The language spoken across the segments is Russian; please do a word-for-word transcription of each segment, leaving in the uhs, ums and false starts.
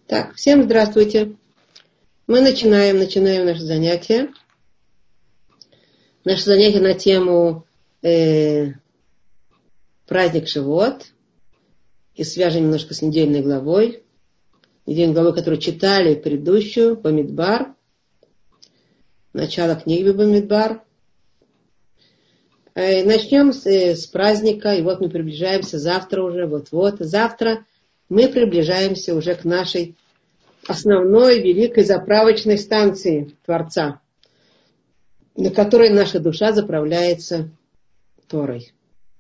Так, всем здравствуйте. Мы начинаем, начинаем наше занятие. Наше занятие на тему э, праздник Шавуот. И свяжем немножко с недельной главой. Недельной главой, которую читали предыдущую, Бамидбар. Начало книги Бамидбар. Э, начнем с, э, с праздника. И вот мы приближаемся завтра уже, вот-вот. Завтра мы приближаемся уже к нашей основной великой заправочной станции Творца, на которой наша душа заправляется Торой.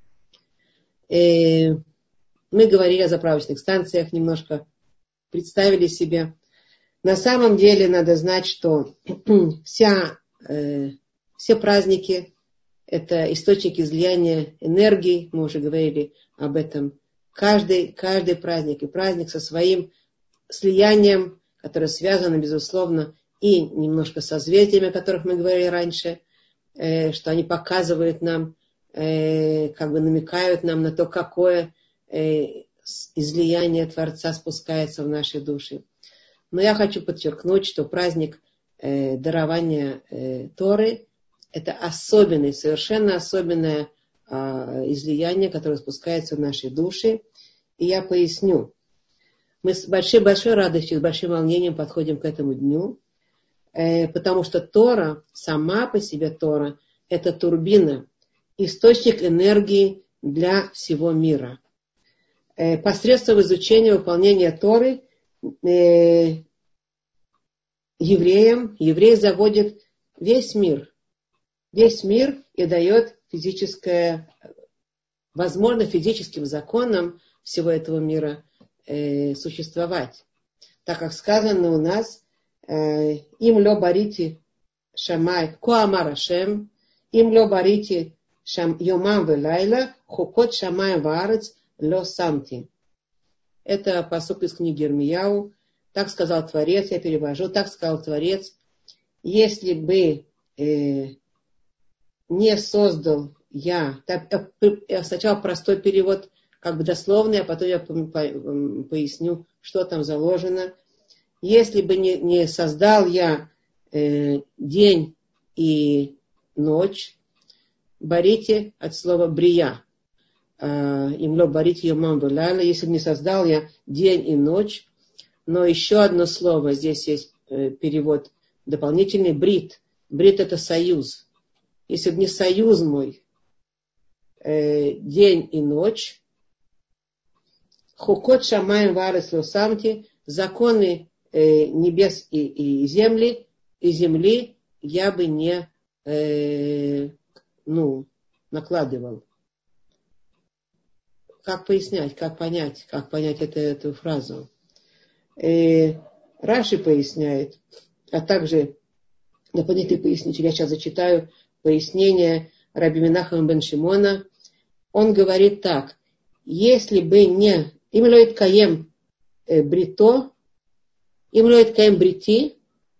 И мы говорили о заправочных станциях, немножко представили себе. На самом деле надо знать, что вся, э, все праздники – это источник излияния энергии. Мы уже говорили об этом. Каждый, каждый праздник и праздник со своим слиянием, которое связано, безусловно, и немножко со созвездиями, о которых мы говорили раньше, э, что они показывают нам, э, как бы намекают нам на то, какое э, излияние Творца спускается в наши души. Но я хочу подчеркнуть, что праздник э, дарования э, Торы – это особенный, совершенно особенное э, излияние, которое спускается в наши души. И я поясню. Мы с большой-большой радостью, с большим волнением подходим к этому дню, э, потому что Тора, сама по себе Тора, это турбина, источник энергии для всего мира. Э, посредством изучения выполнения Торы э, евреям, еврей заводит весь мир, весь мир и дает физическое, возможно, физическим законам всего этого мира э, существовать. Так как сказано у нас, им ло барити шамай коамар Ашем, им ло барити йомам велайла, хукот шамай ваарец ло самти. Это пасук из книги Ирмияу. Так сказал Творец, я перевожу, так сказал Творец, если бы э, не создал я, так, э, сначала простой перевод, как бы дословный, а потом я поясню, что там заложено. Если бы не, не создал я э, день и ночь, барите от слова брия, имло барите йомам велайла, если бы не создал я день и ночь, но еще одно слово, здесь есть э, перевод дополнительный, брит. Брит это союз. Если бы не союз мой, э, день и ночь, хукот шамаем ваарец ло самти, законы э, небес и, и земли, и земли я бы не э, ну, накладывал. Как пояснять, как понять, как понять это, эту фразу? Э, Раши поясняет, а также дополнительный пояснитель, я сейчас зачитаю пояснение Раби Менахема бен Шимона. Он говорит так: если бы не им лоит каем брито, им лоит каем брити,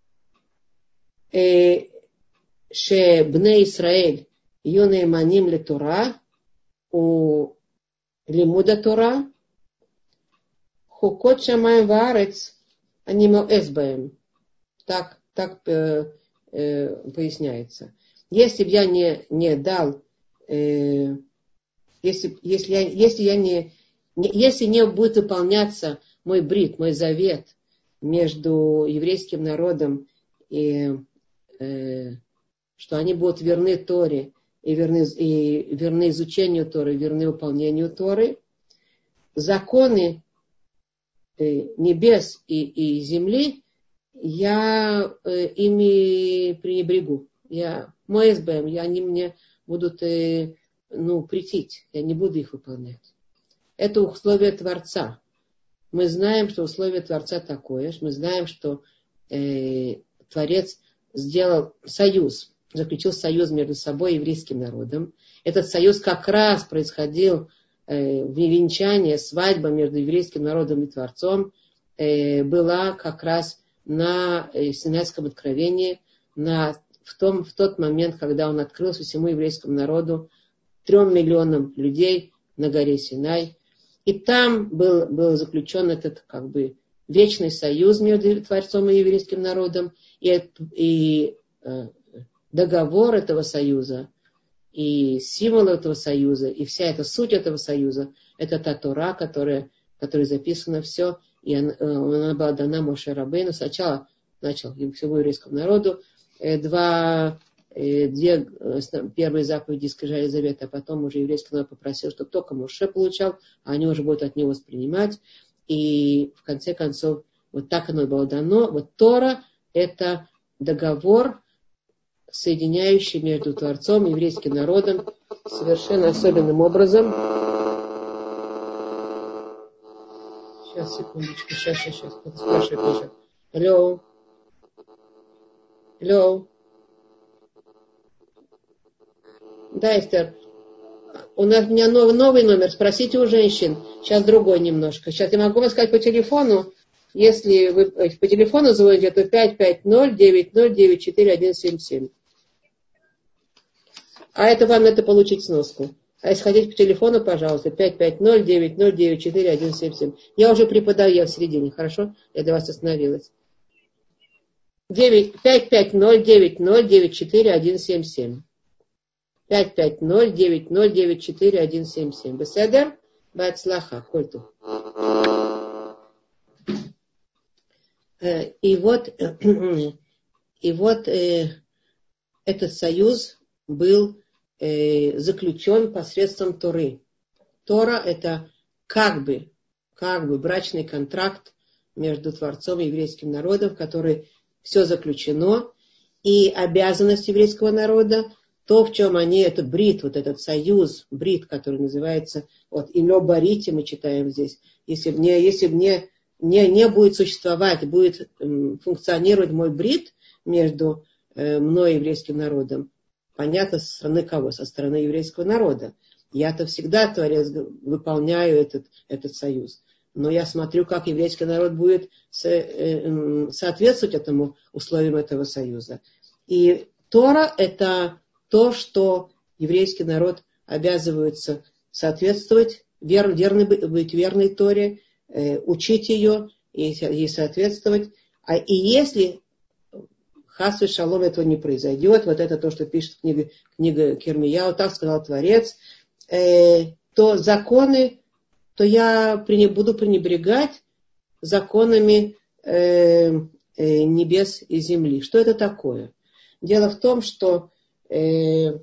ше бне Исраэль юне маним ле Тора, у лимуда Тора, хукот шамаем ваарец анимо эсбаем. Так, так э, э, поясняется. Если бы я не, не дал, э, если, если, я, если я не Если не будет выполняться мой брит, мой завет между еврейским народом и э, что они будут верны Торе и верны, и верны изучению Торы, верны выполнению Торы, законы э, небес и, и земли я э, ими пренебрегу. Я, мой СБМ, я, они мне будут э, ну, претить, я не буду их выполнять. Это условие Творца. Мы знаем, что условие Творца такое. Мы знаем, что э, Творец сделал союз, заключил союз между собой и еврейским народом. Этот союз как раз происходил э, в венчании, свадьба между еврейским народом и Творцом э, была как раз на э, Синайском откровении, на, в, том, в тот момент, когда он открылся всему еврейскому народу, трем миллионам людей на горе Синай. И там был, был заключен этот как бы вечный союз между Творцом и еврейским народом, и, и э, договор этого союза, и символ этого союза, и вся эта суть этого союза, это та Тора, которая, которая записана все, и она, она была дана Моше Рабейну. Сначала начал всему еврейскому народу э, два, э, две э, первые заповеди Скрижали Завета, а потом уже еврейский народ попросил, чтобы только Моше получал, а они уже будут от него воспринимать. И в конце концов, вот так оно было дано. Вот Тора – это договор, соединяющий между Творцом и еврейским народом совершенно особенным образом. Сейчас, секундочку, сейчас, сейчас, сейчас, спрашиваю позже. Алло. Алло. Да, Эстер. У нас, у меня новый, новый номер, спросите у женщин. Сейчас другой немножко. Сейчас я могу вам сказать по телефону. Если вы по телефону звоните, то пять пять ноль девять ноль девять четыре один семь семь. А это вам надо получить сноску. А если хотите по телефону, пожалуйста, пять пять ноль девять ноль девять четыре один семь семь. Я уже преподаю, я в середине, хорошо? Я для вас остановилась. пять пять ноль девять ноль девять четыре один семь семь. пять пять ноль девять ноль девять четыре один семь семь. Беседер? Бацлаха. Кольту. И вот, и вот э, этот союз был э, заключен посредством Торы. Тора – это как бы, как бы брачный контракт между Творцом и еврейским народом, в который все заключено, и обязанность еврейского народа, то, в чем они, это брит, вот этот союз, брит, который называется, вот, «Илё барите» мы читаем здесь, если бы не, если бы не Не, не будет существовать, будет эм, функционировать мой брит между э, мной и еврейским народом. Понятно, со стороны кого? Со стороны еврейского народа. Я-то всегда, Творец, выполняю этот, этот союз. Но я смотрю, как еврейский народ будет со, э, э, соответствовать этому условиям этого союза. И Тора – это то, что еврейский народ обязывается соответствовать, вер, верный, быть верной Торе, учить ее и ей соответствовать. А и если хас вешалом этого не произойдет, вот это то, что пишет книга, книга Кирмияу, так сказал Творец, э, то законы, то я буду пренебрегать законами э, э, небес и земли. Что это такое? Дело в том, что э,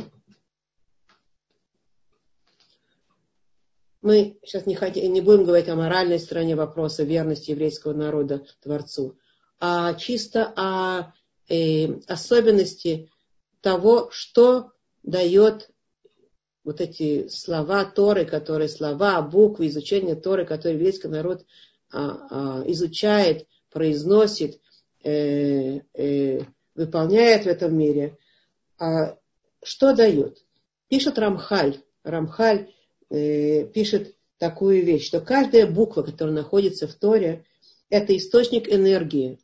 мы сейчас не, хотим, не будем говорить о моральной стороне вопроса верности еврейского народа Творцу, а чисто о э, особенности того, что дает вот эти слова Торы, которые слова, буквы, изучение Торы, которые еврейский народ а, а, изучает, произносит, э, э, выполняет в этом мире. А что дает? Пишет Рамхаль. Рамхаль пишет такую вещь, что каждая буква, которая находится в Торе, это источник энергии.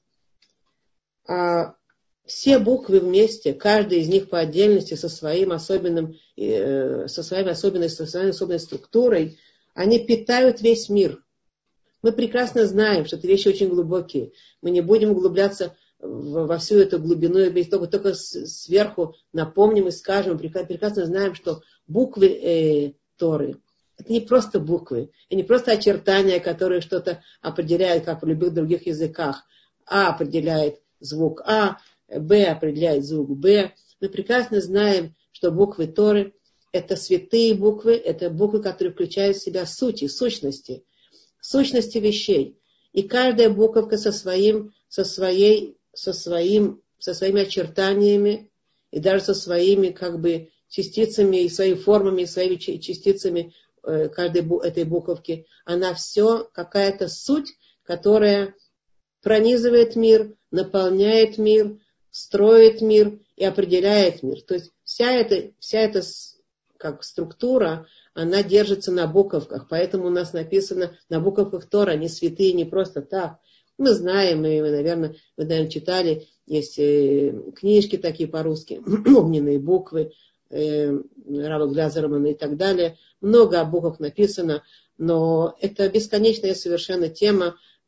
А все буквы вместе, каждая из них по отдельности со своим особенным, со своей особенной, со своей особенной структурой, они питают весь мир. Мы прекрасно знаем, что это вещи очень глубокие. Мы не будем углубляться во всю эту глубину, только, только сверху напомним и скажем, прекрасно знаем, что буквы э, Торы. Это не просто буквы, и не просто очертания, которые что-то определяют, как в любых других языках. А определяет звук А, Б определяет звук Б. Мы прекрасно знаем, что буквы Торы – это святые буквы, это буквы, которые включают в себя сути, сущности, сущности вещей. И каждая буковка со своим, со своей, со своим, со своими очертаниями и даже со своими, как бы, частицами и своими формами, и своими частицами э, каждой бу- этой буковки, она все какая-то суть, которая пронизывает мир, наполняет мир, строит мир и определяет мир. То есть вся эта, вся эта как структура, она держится на буковках. Поэтому у нас написано на буковках Тора, они святые не просто так. Мы знаем, и вы, наверное, вы, наверное, читали, есть э, книжки такие по-русски, огненные буквы, Рава Глязермана и так далее. Много о буквах написано, но это бесконечная совершенно тема.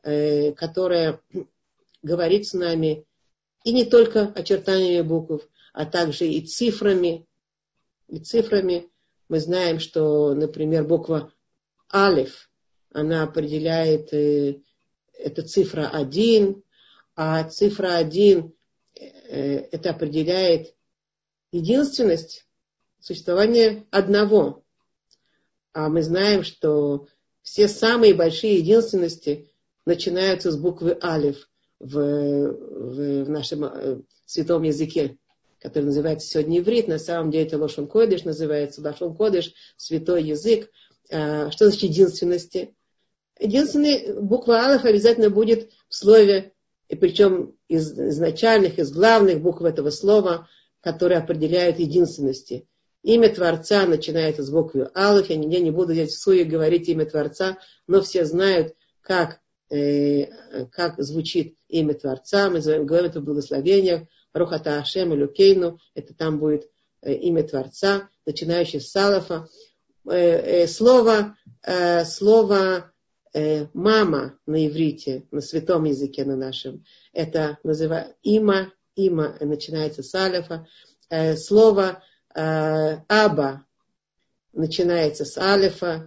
э, которая говорит с нами и не только очертаниями букв, а также и цифрами. И цифрами мы знаем, что, например, буква Алеф, она определяет, э, это цифра один, а цифра один э, это определяет единственность, существование одного. А мы знаем, что все самые большие единственности начинаются с буквы Алеф в, в, в нашем э, святом языке, который называется сегодня иврит. На самом деле это лошон койдеш называется. Лошон койдеш, святой язык. А, что значит единственности? Единственная буква Алеф обязательно будет в слове, и причем из изначальных, из главных букв этого слова, которые определяют единственности. Имя Творца начинается с буквы Алеф. Я не, я не буду здесь в суе говорить имя Творца, но все знают, как, э, как звучит имя Творца. Мы говорим это в благословениях. Барух ата Ашем Элокейну. Это там будет э, имя Творца, начинающее с Алефа. Э, э, слово, э, слово э, мама на иврите, на святом языке на нашем, это называется има. Има начинается с Алефа. Э, слово э, Аба начинается с Алефа.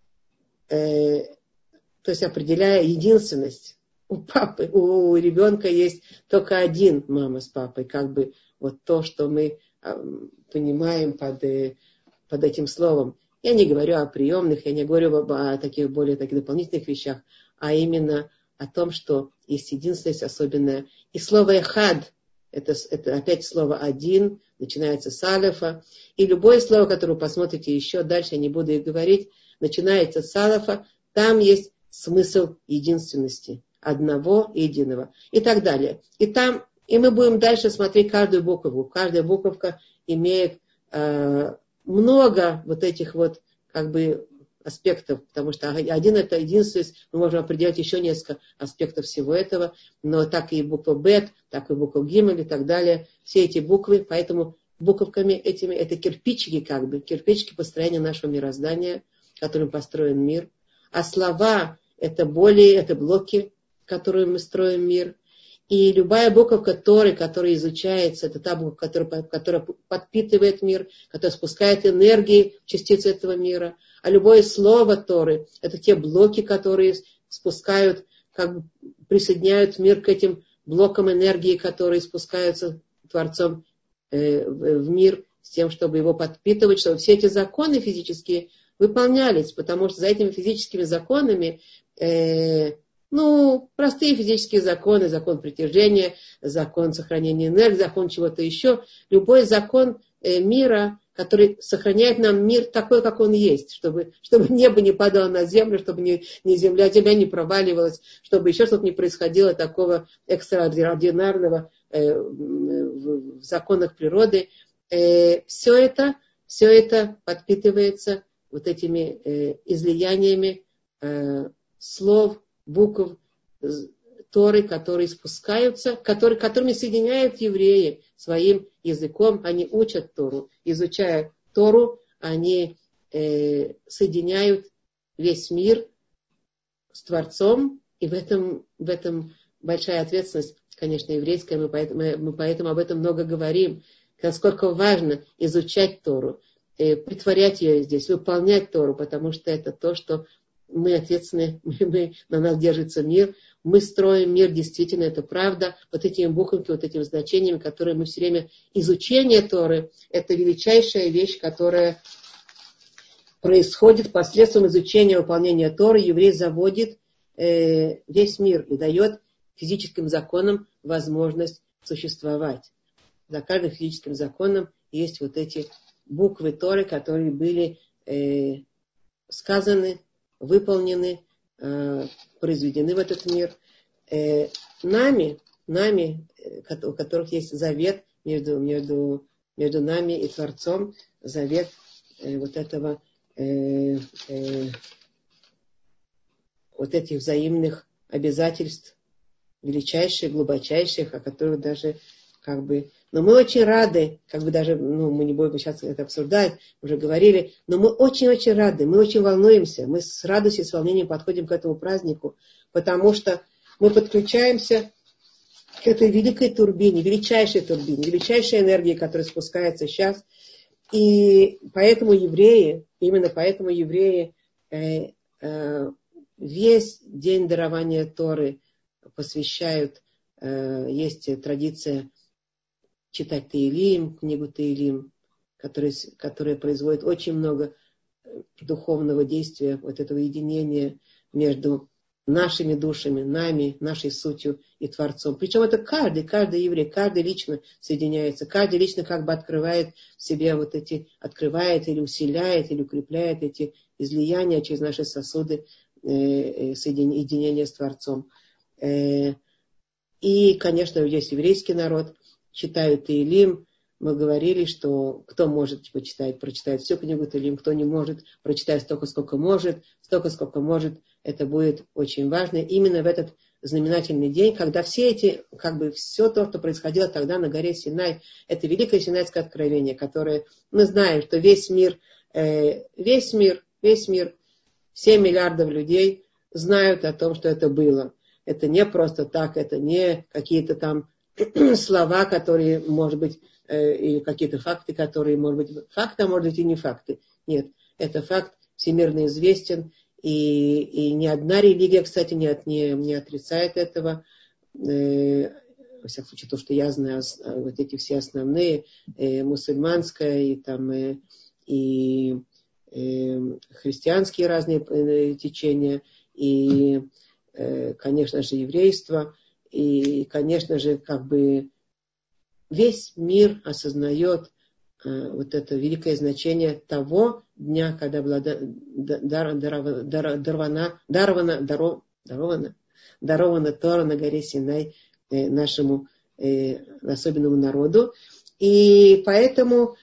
Э, то есть определяя единственность. У папы, у ребенка есть только один мама с папой. Как бы вот то, что мы э, понимаем под, э, под этим словом. Я не говорю о приемных, я не говорю об, о таких более таких дополнительных вещах, а именно о том, что есть единственность особенная. И слово «эхад» Это, это опять слово «один», начинается с алефа. И любое слово, которое вы посмотрите еще дальше, я не буду их говорить, начинается с алефа. Там есть смысл единственности, одного и единого. И так далее. И там, и мы будем дальше смотреть каждую буковку. Каждая буковка имеет э, много вот этих вот как бы аспектов, потому что один это единственность, мы можем определять еще несколько аспектов всего этого, но так и буква Бет, так и буква Гимель и так далее, все эти буквы, поэтому буковками этими, это кирпичики как бы, кирпичики построения нашего мироздания, которым построен мир, а слова это более, это блоки, которыми мы строим мир, и любая буковка Торы, которая изучается, это та буква, которая, которая подпитывает мир, которая спускает энергии в частицы этого мира. А любое слово Торы, это те блоки, которые спускают, как бы присоединяют мир к этим блокам энергии, которые спускаются Творцом э, в мир, с тем, чтобы его подпитывать, чтобы все эти законы физические выполнялись, потому что за этими физическими законами э, ну, простые физические законы, закон притяжения, закон сохранения энергии, закон чего-то еще. Любой закон э, мира, который сохраняет нам мир такой, как он есть, чтобы, чтобы небо не падало на землю, чтобы не, не земля, земля не проваливалась, чтобы еще что-то не происходило такого экстраординарного э, в, в законах природы. Э, все это, все это подпитывается вот этими э, излияниями э, слов, букв Торы, которые спускаются, которые, которыми соединяют евреи своим языком. Они учат Тору. Изучая Тору, они э, соединяют весь мир с Творцом. И в этом, в этом большая ответственность, конечно, еврейская. Мы поэтому, мы поэтому об этом много говорим. Насколько важно изучать Тору, э, притворять ее здесь, выполнять Тору, потому что это то, что мы ответственны, мы, мы, на нас держится мир, мы строим мир, действительно, это правда, вот этими буквами, вот этими значениями, которые мы все время, изучение Торы, это величайшая вещь, которая происходит посредством изучения, выполнения Торы, еврей заводит э, весь мир и дает физическим законам возможность существовать. За каждым физическим законом есть вот эти буквы Торы, которые были э, сказаны, выполнены, э, произведены в этот мир. Э, нами, нами, у которых есть завет между, между, между нами и Творцом, завет э, вот этого, э, э, вот этих взаимных обязательств, величайших, глубочайших, о которых даже как бы... Но мы очень рады, как бы даже, ну, мы не будем сейчас это обсуждать, уже говорили, но мы очень-очень рады, мы очень волнуемся, мы с радостью, с волнением подходим к этому празднику, потому что мы подключаемся к этой великой турбине, величайшей турбине, величайшей энергии, которая спускается сейчас. И поэтому евреи, именно поэтому евреи э, э, весь день дарования Торы посвящают, э, есть традиция читать Теилим, книгу Теилим, которая, которая производит очень много духовного действия, вот этого единения между нашими душами, нами, нашей сутью и Творцом. Причем это каждый, каждый еврей, каждый лично соединяется, каждый лично как бы открывает в себе вот эти, открывает или усиляет, или укрепляет эти излияния через наши сосуды э, соединения с Творцом. Э, и, конечно, есть еврейский народ, читают Теилим. Мы говорили, что кто может почитать, прочитает всю книгу Теилим, кто не может, прочитает столько, сколько может, столько, сколько может. Это будет очень важно именно в этот знаменательный день, когда все эти, как бы все то, что происходило тогда на горе Синай, это великое Синайское откровение, которое мы знаем, что весь мир, э, весь мир, весь мир, семь миллиардов людей знают о том, что это было. Это не просто так, это не какие-то там слова, которые, может быть, э, или какие-то факты, которые, может быть, факты, а может быть и не факты. Нет, это факт всемирно известен. И, и ни одна религия, кстати, не, от, не, не отрицает этого. Э, во всяком случае, то, что я знаю, вот эти все основные, э, мусульманская и, там, э, и э, христианские разные э, течения, и, э, конечно же, еврейство, и, конечно же, как бы весь мир осознает вот это великое значение того дня, когда была дарована, дарована, дарована, дарована, дарована Тора на горе Синай нашему особенному народу. И поэтому,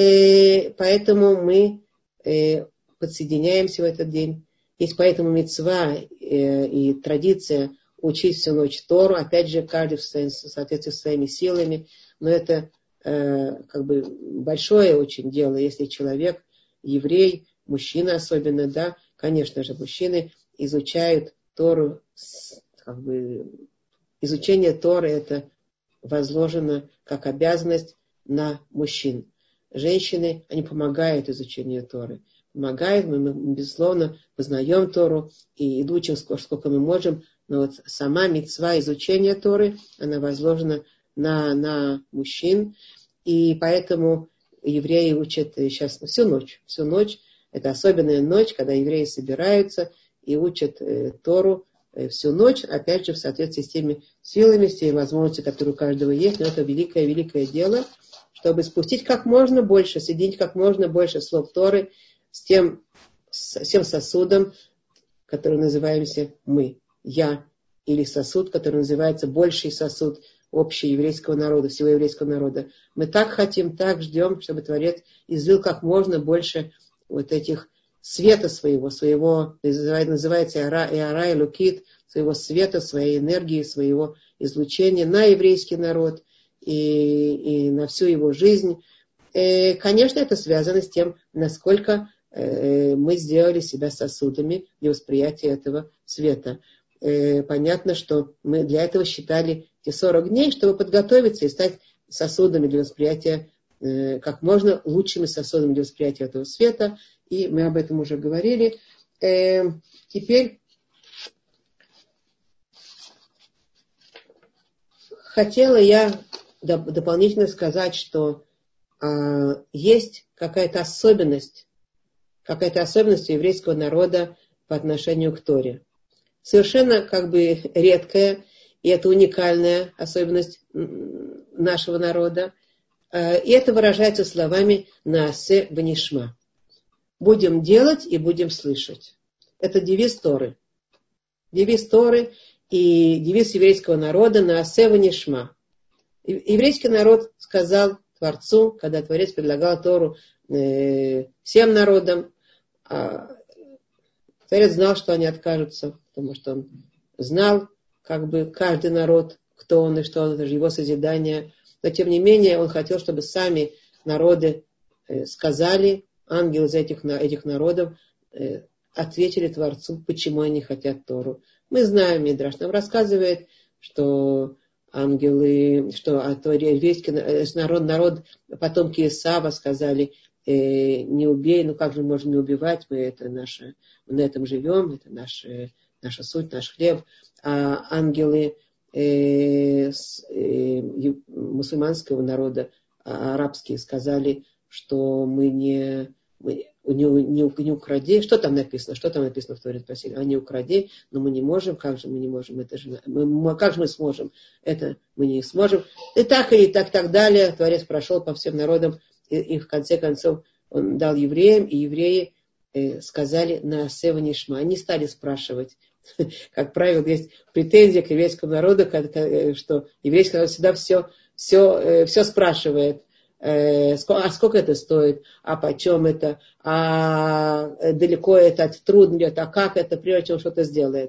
поэтому мы подсоединяемся в этот день. Есть поэтому мицва и традиция учить всю ночь Тору. Опять же, каждый в соответствии со своими силами. Но это как бы большое очень дело, если человек, еврей, мужчина особенно, да, конечно же, мужчины изучают Тору, как бы изучение Торы это возложено как обязанность на мужчин. Женщины, они помогают изучению Торы. Помогают, мы, мы безусловно, познаем Тору и учим сколько мы можем, но вот сама мицва изучения Торы, она возложена на, на мужчин. И поэтому евреи учат сейчас всю ночь. Всю ночь. Это особенная ночь, когда евреи собираются и учат э, Тору э, всю ночь. Опять же, в соответствии с теми силами, с теми возможностями, которые у каждого есть. Но это великое-великое дело, чтобы спустить как можно больше, соединить как можно больше слов Торы с тем, с тем сосудом, который называемся мы. Я. Или сосуд, который называется больший сосуд общего еврейского народа, всего еврейского народа. Мы так хотим, так ждем, чтобы Творец излил как можно больше вот этих света своего, своего, называется Ара и Ара и Лукит, своего света, своей энергии, своего излучения на еврейский народ и, и на всю его жизнь. И, конечно, это связано с тем, насколько мы сделали себя сосудами для восприятия этого света. Понятно, что мы для этого считали те сорок дней, чтобы подготовиться и стать сосудами для восприятия, э, как можно лучшими сосудами для восприятия этого света. И мы об этом уже говорили. Э, теперь хотела я доп- дополнительно сказать, что э, есть какая-то особенность, какая-то особенность у еврейского народа по отношению к Торе. Совершенно как бы редкая, и это уникальная особенность нашего народа. И это выражается словами «наасе венишма». Будем делать и будем слышать. Это девиз Торы. Девиз Торы и девиз еврейского народа «наасе венишма». Еврейский народ сказал Творцу, когда Творец предлагал Тору всем народам, Творец знал, что они откажутся, потому что он знал, как бы, каждый народ, кто он и что он, это же его созидание. Но, тем не менее, он хотел, чтобы сами народы сказали, ангелы из этих, этих народов ответили Творцу, почему они хотят Тору. Мы знаем, Мидраш нам рассказывает, что ангелы, что еврейский народ, народ, потомки Исава сказали, э, не убей, ну как же мы можем не убивать, мы это наше, мы на этом живем, это наша, наша суть, наш хлеб. А ангелы э, с, э, мусульманского народа, арабские, сказали, что мы не, мы, не, не, не укради. Что там написано? Что там написано в Торе? Спросили. А не укради, но мы не можем. Как же мы не можем? Это же, мы, как же мы сможем? Это мы не сможем. И так, и так, так далее. Творец прошел по всем народам, и, и в конце концов он дал евреям, и евреи э, сказали на Сева Нишма. Они стали спрашивать. Как правило, есть претензия к еврейскому народу, что еврейский народ всегда все, все, все спрашивает. А сколько это стоит? А почем это? А далеко это? Трудно ли это? А как это? Прежде чем что-то сделает.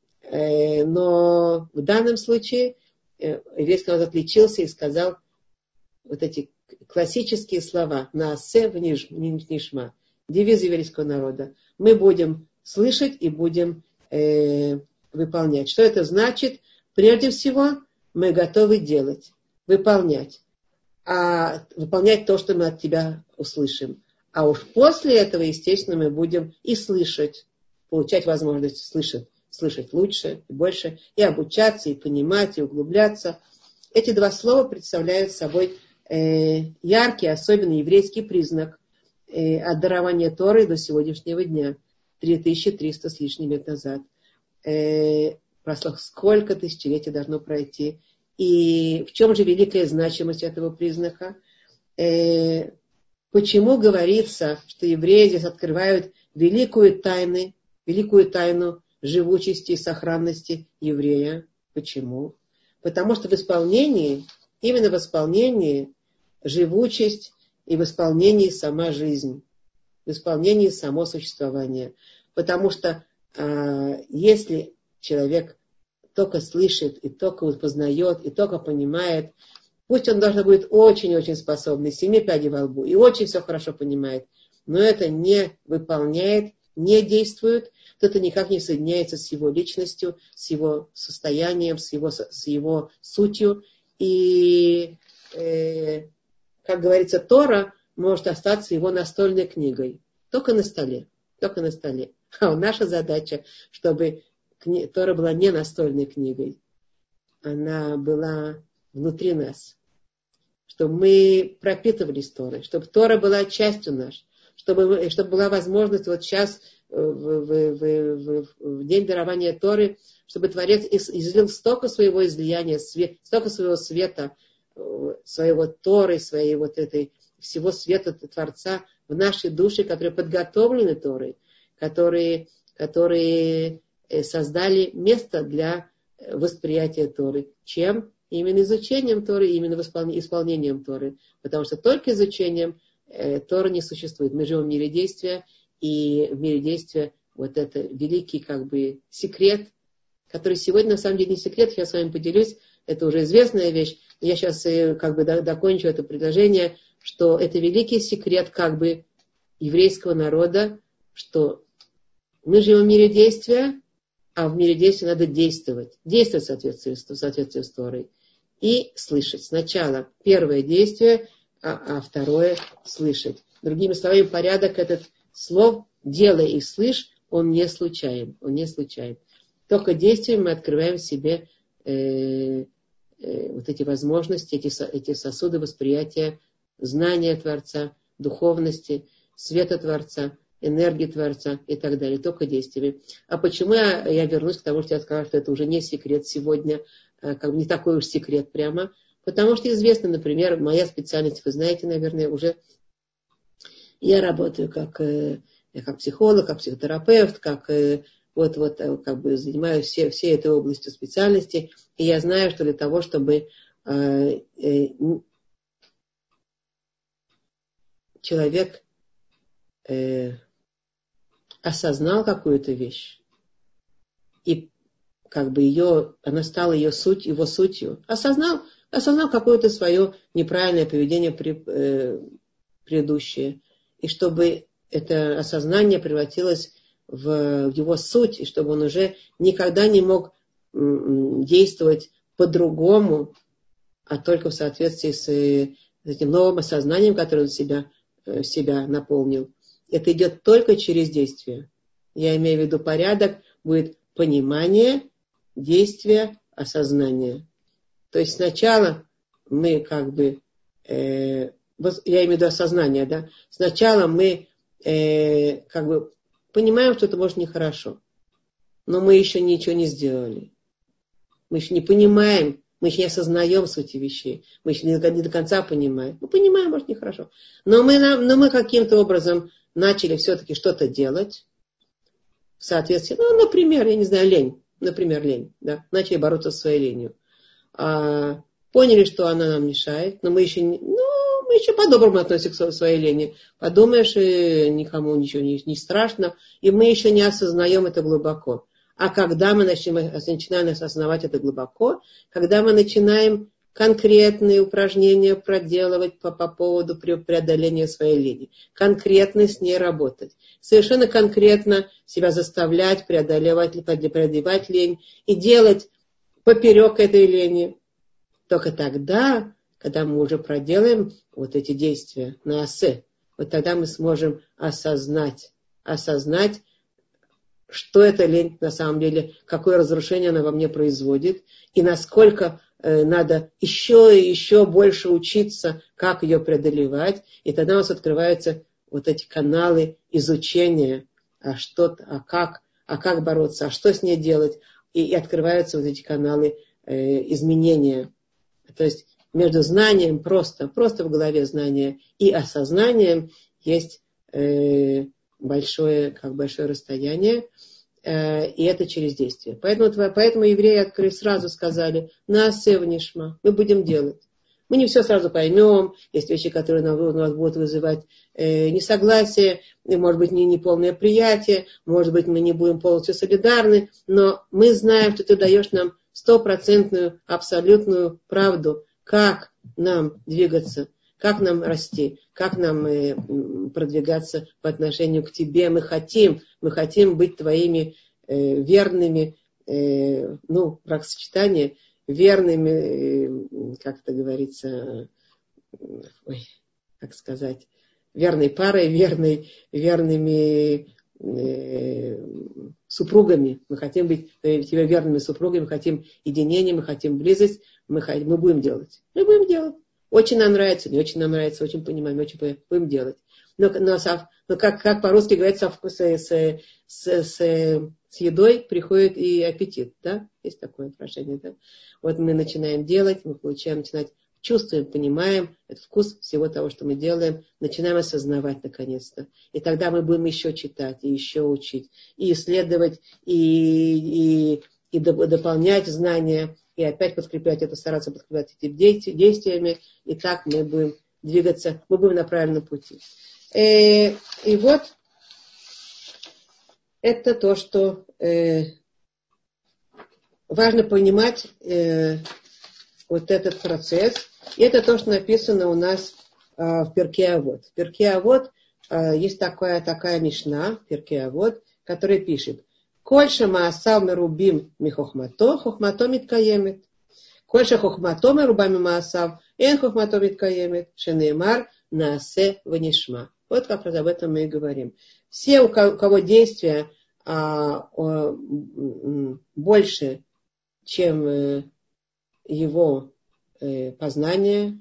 Но в данном случае еврейский народ отличился и сказал вот эти классические слова «Наасе внишма», девиз еврейского народа. Мы будем слышать и будем э, выполнять. Что это значит? Прежде всего, мы готовы делать, выполнять. А выполнять то, что мы от тебя услышим. А уж после этого, естественно, мы будем и слышать, получать возможность слышать, слышать лучше и больше, и обучаться, и понимать, и углубляться. Эти два слова представляют собой э, яркий, особенный еврейский признак э, от дарования Торы до сегодняшнего дня, три тысячи триста с лишним лет назад. Э, прошло сколько тысячелетий должно пройти. И в чем же великая значимость этого признака? Э, почему говорится, что евреи здесь открывают великую тайну, великую тайну живучести и сохранности еврея? Почему? Потому что в исполнении, именно в исполнении живучесть и в исполнении сама жизнь, в исполнении само существование. Потому что э, если человек только слышит, и только познает, и только понимает, пусть он должен быть очень-очень способный, семи пядей во лбу, и очень все хорошо понимает, но это не выполняет, не действует, то это никак не соединяется с его личностью, с его состоянием, с его, с его сутью. И, э, как говорится, Тора может остаться его настольной книгой. Только на столе. Только на столе. А наша задача, чтобы кни... Тора была не настольной книгой. Она была внутри нас. Чтобы мы пропитывались Торой. Чтобы Тора была частью нас. Чтобы, чтобы была возможность вот сейчас в, в, в, в, в день дарования Торы, чтобы Творец излил столько своего излияния, свет, столько своего света, своего Торы, своей вот этой, всего света Творца в нашей душе, которые подготовлены Торой, которые, которые создали место для восприятия Торы. Чем? Именно изучением Торы, именно исполнением Торы. Потому что только изучением э, Тора не существует. Мы живем в мире действия, и в мире действия вот это великий как бы секрет, который сегодня на самом деле не секрет, я с вами поделюсь, это уже известная вещь. Я сейчас как бы докончу это предложение, что это великий секрет как бы еврейского народа, что мы живем в мире действия, а в мире действия надо действовать. Действовать в соответствии, в соответствии с Торой. И слышать. Сначала первое действие, а, а второе слышать. Другими словами, порядок этот слов «делай» и «слышь», он не случайен. Он не случайен. Только действием мы открываем в себе э, э, вот эти возможности, эти, эти сосуды восприятия, знания Творца, духовности, света Творца, энергии Творца и так далее. Только действиями. А почему я, я вернусь к тому, что я сказала, что это уже не секрет сегодня, как бы не такой уж секрет прямо. Потому что известно, например, моя специальность, вы знаете, наверное, уже я работаю как, как психолог, как психотерапевт, как вот, вот, как бы занимаюсь все, всей этой областью специальности. И я знаю, что для того, чтобы э, э, человек э, осознал какую-то вещь, и как бы ее, она стала ее суть, его сутью, осознал, осознал какое-то свое неправильное поведение при, э, предыдущее, и чтобы это осознание превратилось в, в его суть, и чтобы он уже никогда не мог м, действовать по-другому, а только в соответствии с, с этим новым осознанием, которое он себя, себя наполнил. Это идет только через действие. Я имею в виду порядок, будет понимание, действие, осознание. То есть сначала мы как бы, э, я имею в виду осознание, да, сначала мы э, как бы понимаем, что это может нехорошо, но мы еще ничего не сделали. Мы еще не понимаем, мы еще не осознаем сути вещей, мы еще не, не до конца понимаем. Мы понимаем, может, нехорошо. Но мы, но мы каким-то образом начали все-таки что-то делать в соответствии, ну, например, я не знаю, лень, например, лень, да, начали бороться со своей ленью. А, поняли, что она нам мешает, но мы еще, не, ну, мы еще по-доброму относимся к своей лени. Подумаешь, и никому ничего не, не страшно, и мы еще не осознаем это глубоко. А когда мы начинаем, начинаем осознавать это глубоко, когда мы начинаем конкретные упражнения проделывать по, по поводу преодоления своей лени, конкретно с ней работать, совершенно конкретно себя заставлять преодолевать, преодолевать лень и делать поперек этой лени, только тогда, когда мы уже проделаем вот эти действия на асе, вот тогда мы сможем осознать, осознать, что эта лень на самом деле, какое разрушение она во мне производит, и насколько э, надо еще и еще больше учиться, как ее преодолевать, и тогда у нас открываются вот эти каналы изучения, а что, а как, а как бороться, а что с ней делать, и, и открываются вот эти каналы э, изменения. То есть между знанием просто, просто в голове знания и осознанием есть э, большое, как большое расстояние, э, и это через действие. Поэтому, поэтому евреи открыли, сразу сказали, наасе внишма, мы будем делать. Мы не все сразу поймем, есть вещи, которые у нас будут вызывать э, несогласие, может быть, не, не полное приятие, может быть, мы не будем полностью солидарны, но мы знаем, что ты даешь нам стопроцентную, абсолютную правду, как нам двигаться, как нам расти, как нам э, продвигаться по отношению к тебе. Мы хотим, мы хотим быть твоими э, верными, э, ну, бракосочетания, верными, э, как это говорится, ой, как сказать, верной парой, верной, верными э, супругами. Мы хотим быть э, тебе верными супругами, мы хотим единения, мы хотим близость, мы, мы будем делать. Мы будем делать. Очень нам нравится, не очень нам нравится, очень понимаем, очень будем делать. Но, но, но как, как по-русски говорится, с, с, с, с, с едой приходит и аппетит. Да? Есть такое выражение. Да? Вот мы начинаем делать, мы получаем, начинать чувствуем, понимаем этот вкус всего того, что мы делаем, начинаем осознавать наконец-то. И тогда мы будем еще читать, и еще учить, и исследовать, и, и, и дополнять знания, и опять подкреплять это, стараться подкреплять эти действиями, и так мы будем двигаться, мы будем на правильном пути. И, и вот это то, что э, важно понимать, э, вот этот процесс. И это то, что написано у нас э, в Перкей Авот. В Перкей Авот э, есть такая, такая мишна, Перкей Авот, которая пишет: Кольша маасав мерубим михохмато, хохмато миткаемет. Кольша хохмато мерубами маасав, эн хохмато миткаемет, шенеймар наасе ванишма. Вот как раз об этом мы и говорим. Все, у кого, у кого действия а, а, больше, чем э, его э, познание,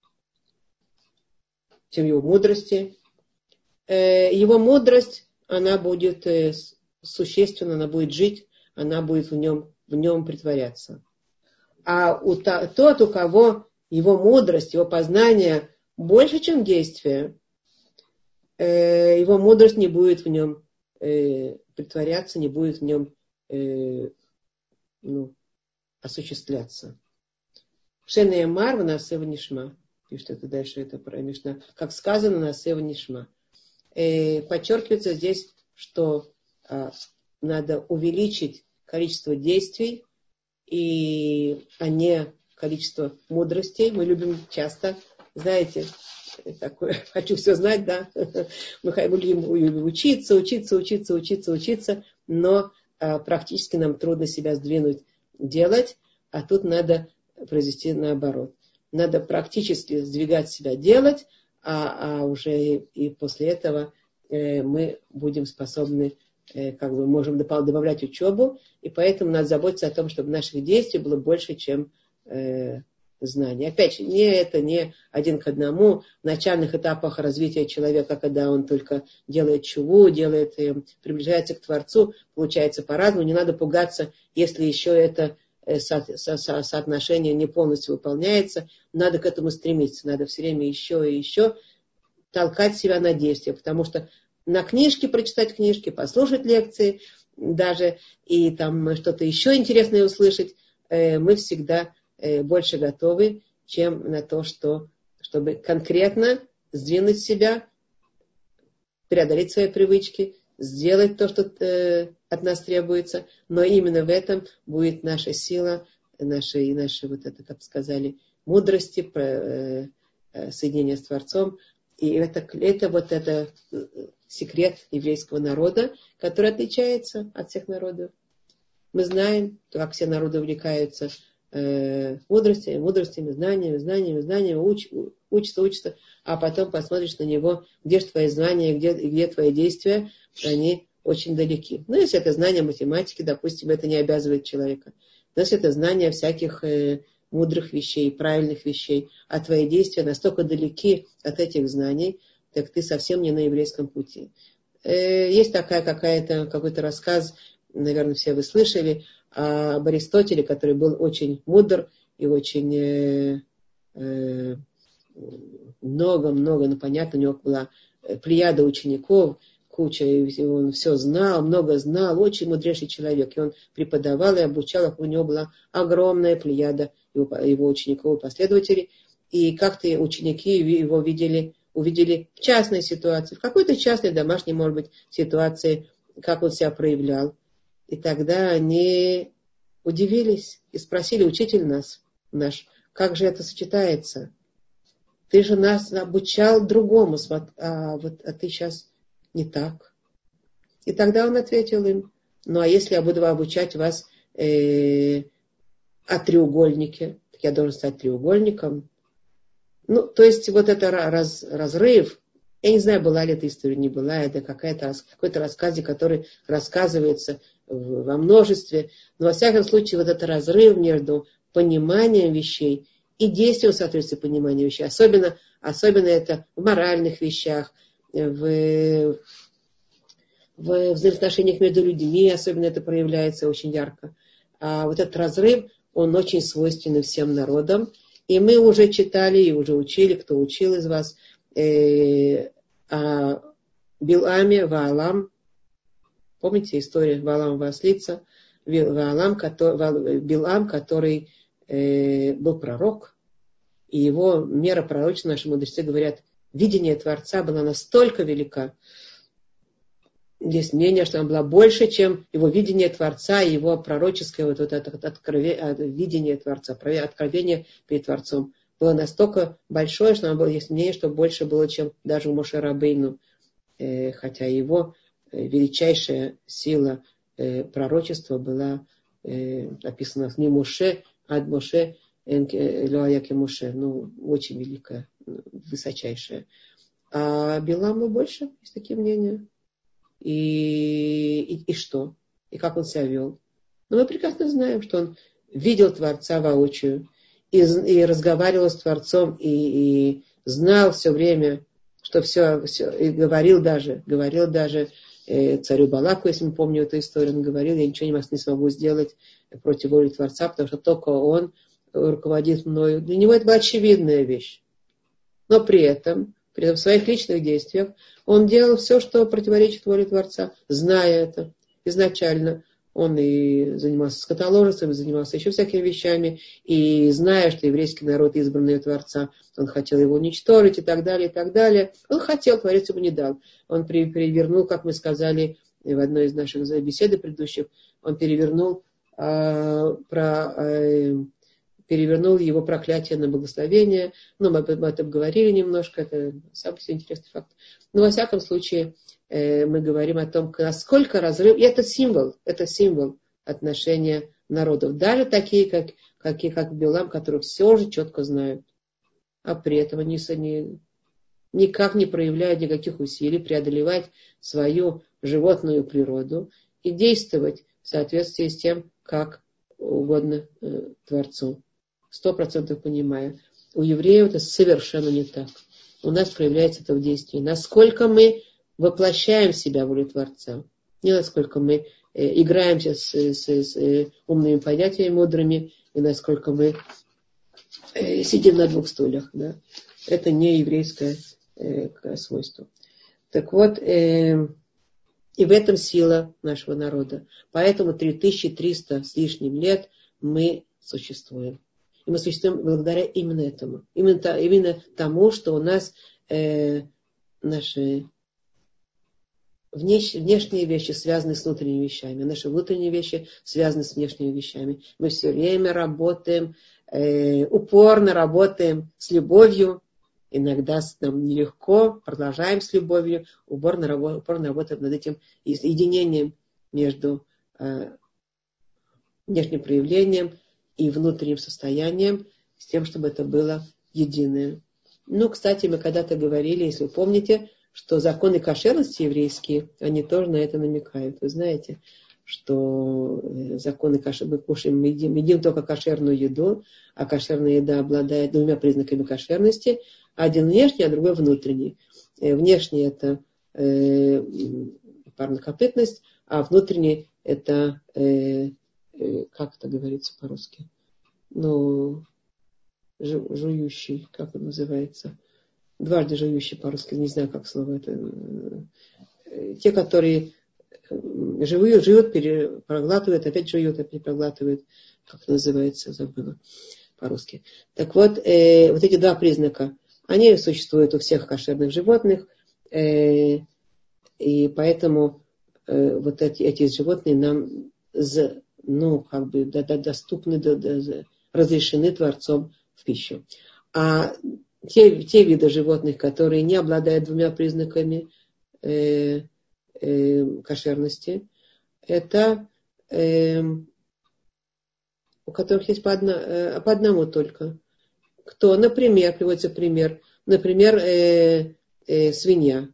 чем его мудрости, э, его мудрость, она будет э, существенно, она будет жить, она будет в нем, в нем притворяться. А у та, тот, у кого его мудрость, его познание больше, чем действие, э, его мудрость не будет в нем э, притворяться, не будет в нем э, ну, осуществляться. Шенеемар в наасе ванишма. Пишет это дальше, это про Мишна. Как сказано, наасе ванишма. Э, подчеркивается здесь, что э, надо увеличить количество действий, и, а не количество мудростей. Мы любим часто, знаете, такое, хочу все знать, да. Мы будем учиться, учиться, учиться, учиться, учиться, но а, практически нам трудно себя сдвинуть, делать, а тут надо произвести наоборот. Надо практически сдвигать себя, делать, а, а уже и, и после этого э, мы будем способны, э, как бы можем добавлять учебу, и поэтому надо заботиться о том, чтобы наших действий было больше, чем э, знаний. Опять же, не это не один к одному. В начальных этапах развития человека, когда он только делает чуву, делает, приближается к Творцу, получается по-разному. Не надо пугаться, если еще это со, со, со, соотношение не полностью выполняется. Надо к этому стремиться. Надо все время еще и еще толкать себя на действие. Потому что на книжке прочитать книжки, послушать лекции даже, и там что-то еще интересное услышать, мы всегда больше готовы, чем на то, что, чтобы конкретно сдвинуть себя, преодолеть свои привычки, сделать то, что э, от нас требуется. Но именно в этом будет наша сила, наша, и наши, вот это, как сказали, мудрости, про, э, соединение с Творцом. И это, это вот это секрет еврейского народа, который отличается от всех народов. Мы знаем, как все народы увлекаются мудростями, мудростями, знаниями, знаниями, знаниями, уч, учатся, учатся, а потом посмотришь на него, где же твои знания, где, где твои действия, они очень далеки. Ну, если это знание математики, допустим, это не обязывает человека. Но если это знание всяких э, мудрых вещей, правильных вещей, а твои действия настолько далеки от этих знаний, так ты совсем не на еврейском пути. Э, есть такая какая-то, какой-то рассказ, наверное, все вы слышали, об Аристотеле, который был очень мудр и очень э, э, много-много, ну понятно, у него была плеяда учеников, куча, и он все знал, много знал, очень мудрейший человек. И он преподавал и обучал, у него была огромная плеяда его, его учеников и последователей. И как-то ученики его видели, увидели в частной ситуации, в какой-то частной домашней, может быть, ситуации, как он себя проявлял. И тогда они удивились и спросили: учитель нас, наш, как же это сочетается? Ты же нас обучал другому, а, вот, а ты сейчас не так. И тогда он ответил им: ну а если я буду обучать вас э, о треугольнике, так я должен стать треугольником. Ну, то есть вот это раз, разрыв. Я не знаю, была ли эта история, не была, это какая-то, какой-то рассказе, который рассказывается в, во множестве. Но во всяком случае вот этот разрыв между пониманием вещей и действием в соответствии с пониманием вещей. Особенно, особенно это в моральных вещах, в, в взаимоотношениях между людьми, особенно это проявляется очень ярко. А вот этот разрыв, он очень свойственен всем народам. И мы уже читали и уже учили, кто учил из вас, э, о Биламе, Ваалам. Помните историю Ваалам Вааслица? Ваалам, который, Билам, который э, был пророк, и его мера пророчества, наши мудрецы говорят, видение Творца было настолько велика. Есть мнение, что она была больше, чем его видение Творца и его пророческое вот, вот это откровение, видение Творца, откровение перед Творцом было настолько большое, что было, есть мнение, что больше было, чем даже у Моше Рабейну. Э, хотя его э, величайшая сила э, пророчества была э, описана не Моше, а от Моше Элоаяке Моше. Ну, очень великая, высочайшая. А Биламу больше, есть такие мнения. И, и, и что? И как он себя вел? Но мы прекрасно знаем, что он видел Творца воочию и, и разговаривал с Творцом, и, и знал все время, что все, все и говорил даже, говорил даже э, царю Балаку, если мы помним эту историю, он говорил: я ничего не смогу сделать против воли Творца, потому что только он руководит мною. Для него это была очевидная вещь. Но при этом, при этом в своих личных действиях он делал все, что противоречит воле Творца, зная это изначально. Он и занимался скотоложеством, занимался еще всякими вещами, и зная, что еврейский народ избранный Творца, он хотел его уничтожить и так далее, и так далее. Он хотел, Творец ему не дал. Он перевернул, как мы сказали в одной из наших бесед предыдущих, он перевернул э, про, э, перевернул его проклятие на благословение. Ну, мы об этом говорили немножко, это самый интересный факт. Но во всяком случае, э, мы говорим о том, насколько разрыв, и это символ, это символ отношения народов. Даже такие, как, как, как Билам, которые все же четко знают. А при этом они, они никак не проявляют никаких усилий преодолевать свою животную природу и действовать в соответствии с тем, как угодно э, Творцу. Сто процентов понимая. У евреев это совершенно не так. У нас проявляется это в действии. Насколько мы воплощаем в себя волю Творца. Не насколько мы э, играемся с, с, с э, умными понятиями мудрыми, и насколько мы э, сидим на двух стульях. Да? Это не еврейское э, свойство. Так вот, э, и в этом сила нашего народа. Поэтому три тысячи триста с лишним лет мы существуем. И мы существуем благодаря именно этому. Именно, именно тому, что у нас э, наши внеш, внешние вещи связаны с внутренними вещами. Наши внутренние вещи связаны с внешними вещами. Мы все время работаем, э, упорно работаем с любовью. Иногда нам нелегко, продолжаем с любовью, упорно, упорно работаем над этим единением между э, внешним проявлением и внутренним состоянием, с тем, чтобы это было единое. Ну, кстати, мы когда-то говорили, если вы помните, что законы кошерности еврейские, они тоже на это намекают. Вы знаете, что законы кошерности, мы кушаем, мы едим, едим только кошерную еду, а кошерная еда обладает двумя признаками кошерности. Один внешний, а другой внутренний. Внешний это э, парнокопытность, а внутренний это э, как это говорится по-русски? Ну, жу, жующий, как он называется? Дважды жующий по-русски, не знаю, как слово это. Те, которые живут, живут, проглатывают, опять жуют, опять проглатывают. Как это называется, забыла по-русски. Так вот, э, вот эти два признака, они существуют у всех кошерных животных, э, и поэтому э, вот эти, эти животные нам за ну, как бы, да, да, доступны, да, да, разрешены Творцом в пищу. А те, те виды животных, которые не обладают двумя признаками э, э, кошерности, это э, у которых есть по, одно, э, по одному только. Кто, например, приводится пример, например, э, э, свинья.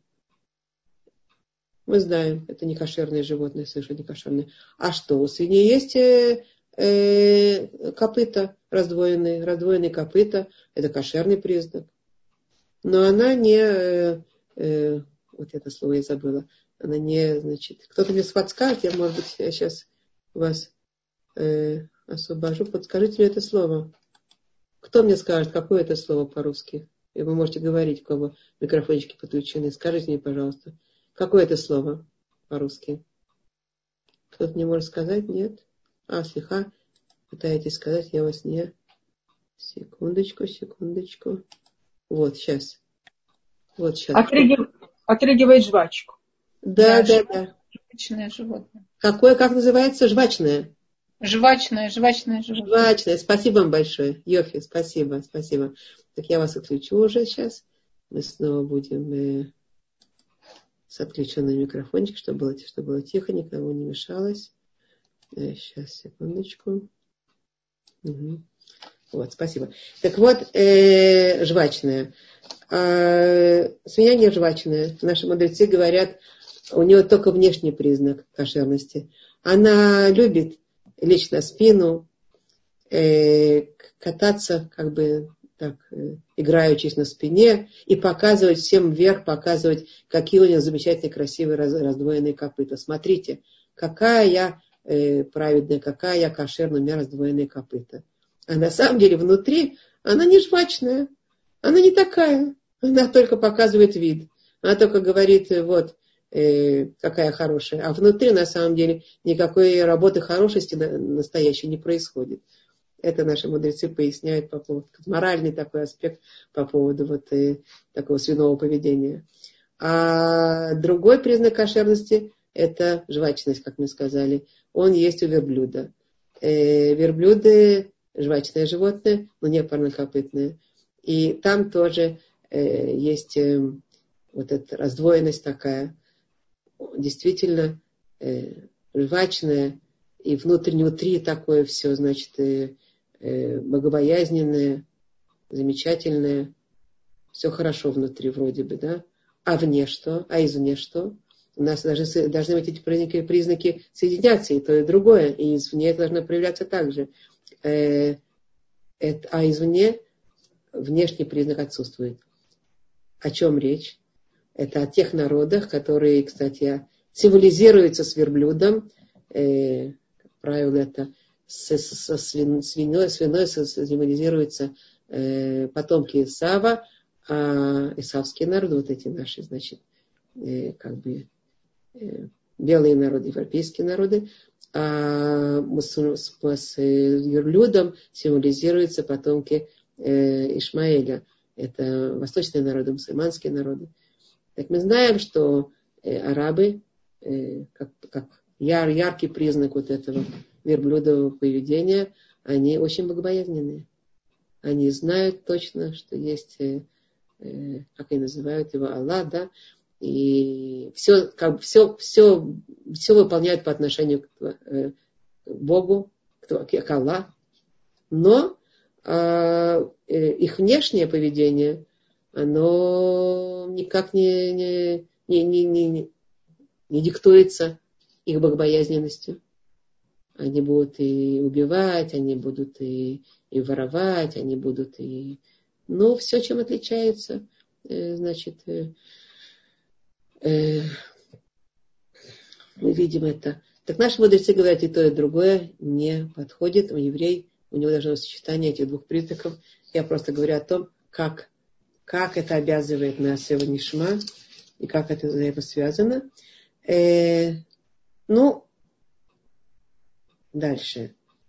Мы знаем, это не кошерное животное, совершенно не кошерное. А что, у свиньи есть э, э, копыта раздвоенные, раздвоенные копыта, это кошерный признак. Но она не, э, э, вот это слово я забыла, она не, значит, кто-то мне подскажет, я, может быть, я сейчас вас э, освобожу, подскажите мне это слово. Кто мне скажет, какое это слово по-русски? И вы можете говорить, у кого микрофончики подключены. Скажите мне, пожалуйста. Какое это слово по-русски? Кто-то не может сказать? Нет? А, слегка пытаетесь сказать, я вас не... Секундочку, секундочку. Вот, сейчас. Вот, сейчас. Отрыгив... Отрыгивает жвачку. Да, да, да. да. Жвачное животное. Какое, как называется? Жвачное? Жвачное, жвачное животное. Жвачное. Спасибо вам большое. Йофи, спасибо, спасибо. Так я вас отключу уже сейчас. Мы снова будем... Э... с отключенным микрофончиком, чтобы было, чтобы было тихо, никому не мешалось. Сейчас, секундочку. Угу. Вот, спасибо. Так вот, э, жвачная. А, свинья не жвачная. Наши мудрецы говорят, у нее только внешний признак кошерности. Она любит лечь на спину, э, кататься, как бы, так, играючись на спине, и показывать всем вверх, показывать, какие у нее замечательные, красивые, раздвоенные копыта. Смотрите, какая я э, праведная, какая я кошерная, у меня раздвоенные копыта. А на самом деле внутри она не жвачная, она не такая, она только показывает вид. Она только говорит, вот, э, какая хорошая. А внутри, на самом деле, никакой работы хорошести настоящей не происходит. Это наши мудрецы поясняют по поводу, моральный такой аспект по поводу вот э, такого свиного поведения. А другой признак кошерности – это жвачность, как мы сказали. Он есть у верблюда. Э, верблюды жвачное животное, но не парнокопытное. И там тоже э, есть э, вот эта раздвоенность такая, действительно э, жвачное и внутреннее такое все, значит, э, э, богобоязненное, замечательное, все хорошо внутри вроде бы, да? А вне что? А извне что? У нас должны, должны быть эти признаки, признаки соединяться, и то, и другое. И извне это должно проявляться так же. Э, это, а извне внешний признак отсутствует. О чем речь? Это о тех народах, которые, кстати, символизируются с верблюдом. Э, как правило, это со, со свиной, свиной символизируются э, потомки Исава, а исавские народы, вот эти наши, значит, э, как бы э, белые народы, европейские народы, а с, с, с верблюдом символизируются потомки э, Ишмаэля. Это восточные народы, мусульманские народы. Так мы знаем, что э, арабы, э, как, как яр, яркий признак вот этого верблюдового поведения, они очень богобоязненные. Они знают точно, что есть, э, э, как они называют его, Аллах, да, и все, как, все, все, все выполняют по отношению к, э, к Богу, к, к Аллаху. Но э, э, их внешнее поведение, оно никак не, не, не, не, не, не диктуется их богобоязненностью. Они будут и убивать, они будут и, и воровать, они будут и... Ну, все, чем отличается, э, значит, э, э, мы видим это. Так наши мудрецы говорят, и то, и другое не подходит. У еврей, у него должно быть сочетание этих двух признаков. Я просто говорю о том, как, как это обязывает нас Нишма, и как это взаимосвязано. Э, ну, дальше.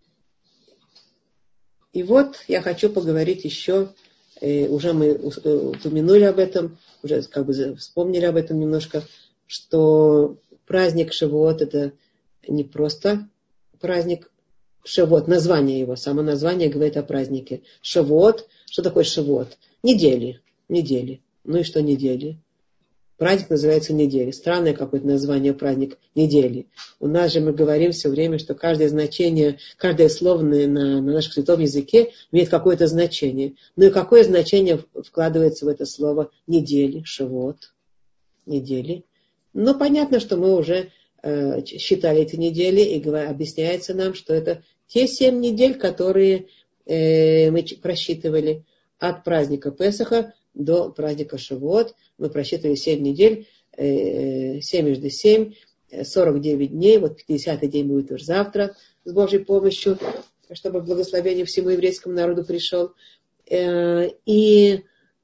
И вот я хочу поговорить еще, э, уже мы упомянули об этом, уже как бы вспомнили об этом немножко, что праздник Шавуот это не просто праздник Шавуот, название его, само название говорит о празднике. Шавуот, что такое Шавуот? Недели, недели. Ну и что недели? Праздник называется недели. Странное какое-то название праздник недели. У нас же мы говорим все время, что каждое значение, каждое слово на, на нашем святом языке имеет какое-то значение. Ну и какое значение вкладывается в это слово недели, шавуот, недели? Ну понятно, что мы уже э, считали эти недели, и говор, объясняется нам, что это те семь недель, которые э, мы просчитывали от праздника Песаха до праздника Шавуот. Мы просчитывали семь недель, семь между семь, сорок девять дней. Вот пятидесятый день будет уже завтра с Божьей помощью, чтобы благословение всему еврейскому народу пришел. И,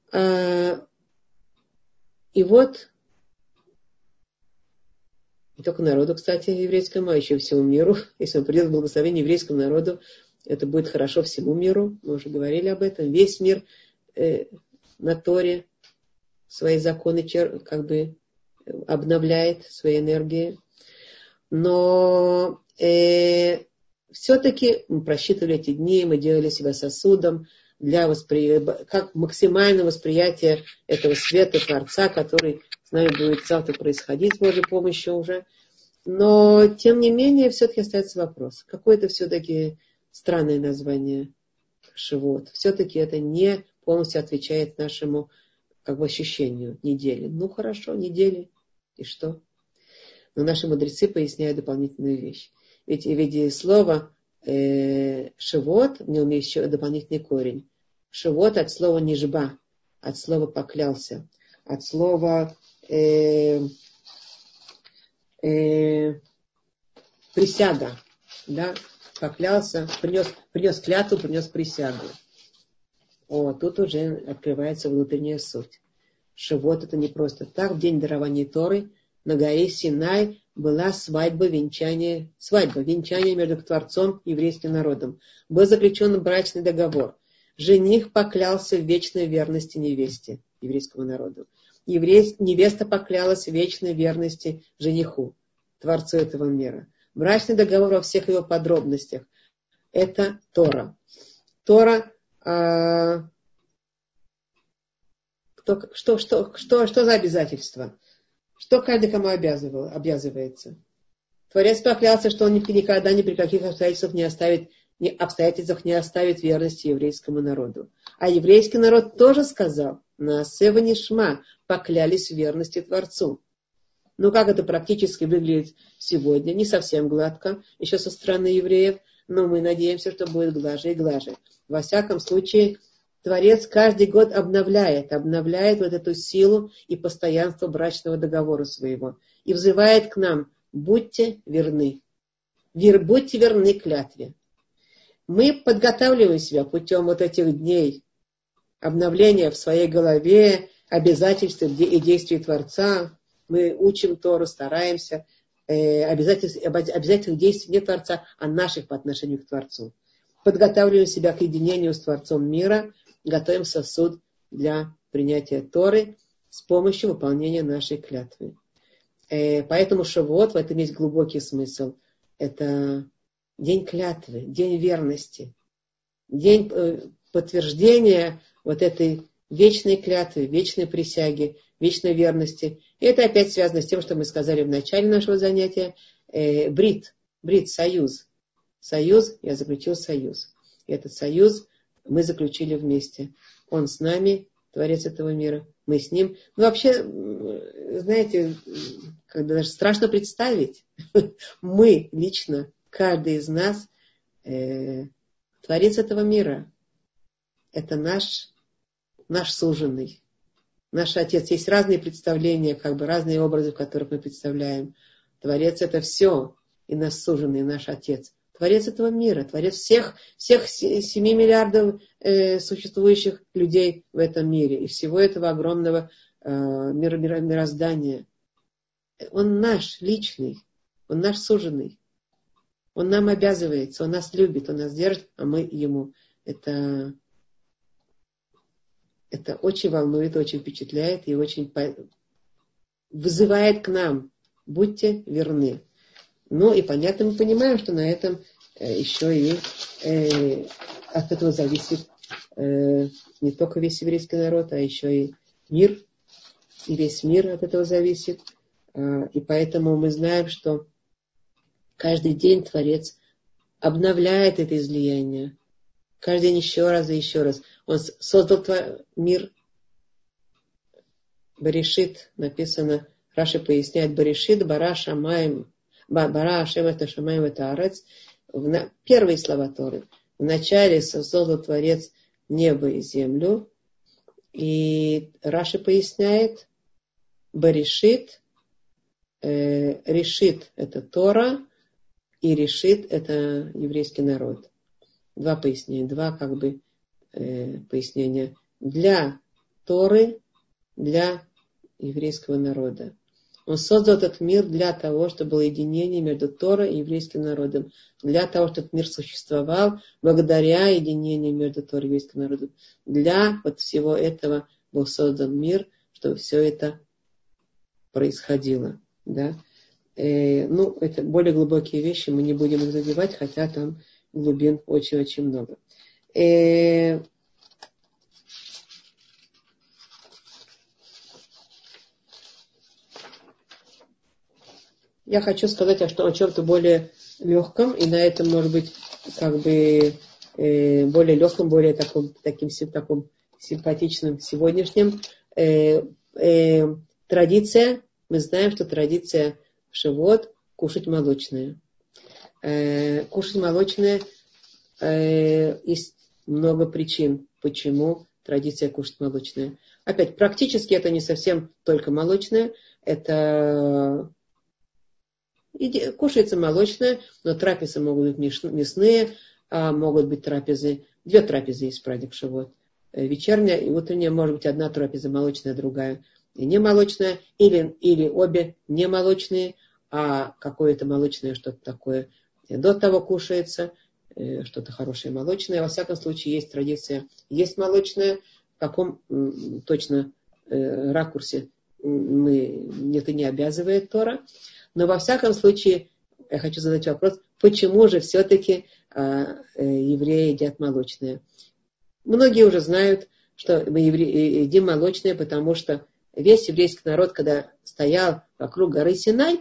и вот, не только народу, кстати, еврейскому, а еще всему миру. Если он придет благословение еврейскому народу, это будет хорошо всему миру. Мы уже говорили об этом. Весь мир на Торе свои законы как бы обновляет, свои энергии. Но э, все-таки мы просчитывали эти дни, мы делали себя сосудом для воспри... как максимального восприятия этого света Творца, который с нами будет завтра происходить с Божьей помощью уже. Но, тем не менее, все-таки остается вопрос. Какое-то все-таки странное название Шавуот. Все-таки это не полностью отвечает нашему как бы ощущению недели. Ну хорошо, недели. И что? Но наши мудрецы поясняют дополнительную вещь. Ведь в виде слова э, шавуот, в нем есть еще дополнительный корень. Шавуот от слова нижба, от слова поклялся, от слова э, э, присяга. Да? Поклялся, принес, принес клятву, принес присягу. О, тут уже открывается внутренняя суть. Шавуот это не просто так. В день дарования Торы на горе Синай была свадьба, венчание, свадьба, венчание между Творцом и еврейским народом. Был заключен брачный договор. Жених поклялся в вечной верности невесте, еврейскому народу. Еврей, невеста поклялась в вечной верности жениху, Творцу этого мира. Брачный договор во всех его подробностях. Это Тора. Тора, а, кто, что, что, что, что за обязательства? Что каждый кому обязывал, обязывается? Творец поклялся, что он никогда ни при каких обстоятельствах не оставит, ни обстоятельствах не оставит верности еврейскому народу. А еврейский народ тоже сказал, Наасе ванишма, поклялись в верности Творцу. Ну, как это практически выглядит сегодня? Не совсем гладко, еще со стороны евреев, но мы надеемся, что будет глаже и глаже. Во всяком случае, Творец каждый год обновляет, обновляет вот эту силу и постоянство брачного договора своего. И взывает к нам, будьте верны. Вер, будьте верны клятве. Мы подготавливаем себя путем вот этих дней обновления в своей голове, обязательств и действий Творца. Мы учим Тору, стараемся. Э, обязательств, обязательных действий не Творца, а наших по отношению к Творцу. Подготавливаем себя к единению с Творцом мира, готовим сосуд для принятия Торы с помощью выполнения нашей клятвы. Э, поэтому Шавуот, в этом есть глубокий смысл. Это день клятвы, день верности, день э, подтверждения вот этой вечной клятвы, вечной присяги, вечной верности. И это опять связано с тем, что мы сказали в начале нашего занятия. Э, брит, брит, союз. Союз, я заключил союз. И этот союз мы заключили вместе. Он с нами, Творец этого мира, мы с ним. Ну, вообще, знаете, когда даже страшно представить, мы лично, каждый из нас, э, Творец этого мира. Это наш, наш суженый, наш Отец. Есть разные представления, как бы разные образы, в которых мы представляем. Творец это все, и наш суженый, и наш Отец. Творец этого мира, Творец всех, всех семи миллиардов э, существующих людей в этом мире и всего этого огромного э, мира, мира, мироздания. Он наш личный, он наш суженый. Он нам обязывается, он нас любит, он нас держит, а мы ему. Это, это очень волнует, очень впечатляет и очень по... вызывает к нам. Будьте верны. Ну и понятно, мы понимаем, что на этом э, еще и э, от этого зависит э, не только весь еврейский народ, а еще и мир. И весь мир от этого зависит. Э, и поэтому мы знаем, что каждый день Творец обновляет это излияние. Каждый день еще раз и еще раз. Он создал мир. Берешит, написано, Раши поясняет, Берешит, Бара Шамаем, Бара Ашем это Шамаем это Арец. Первые слова Торы. Вначале создал Творец небо и землю. И Раши поясняет, Берешит, э, Решит это Тора, и Решит это еврейский народ. Два пояснения, два как бы э, пояснения для Торы, для еврейского народа. Он создал этот мир для того, чтобы было единение между Торой и еврейским народом. Для того, чтобы мир существовал благодаря единению между Торой и еврейским народом. Для вот всего этого был создан мир, чтобы все это происходило. Да? Э, ну, это более глубокие вещи, мы не будем их задевать, хотя там глубин очень-очень много. Э, Я хочу сказать о, что, о чем-то более легком, и на этом, может быть, как бы э, более легком, более таком, таким, таком симпатичным сегодняшнем. Э, э, традиция, мы знаем, что традиция в Шавуот кушать молочное. Э, кушать молочное, э, есть много причин, почему традиция кушать молочное. Опять, практически это не совсем только молочное, это... И кушается молочное, но трапезы могут быть мясные, а могут быть трапезы, две трапезы есть в праздник Шавуот. Вечерняя и утренняя, может быть, одна трапеза молочная, другая и не молочная, или, или обе не молочные, а какое-то молочное что-то такое до того кушается, что-то хорошее молочное. Во всяком случае, есть традиция есть молочное, в каком точно ракурсе мы, это не обязывает Тора. Но во всяком случае, я хочу задать вопрос, почему же все-таки а евреи едят молочное. Многие уже знают, что мы едим молочное, потому что весь еврейский народ, когда стоял вокруг горы Синай,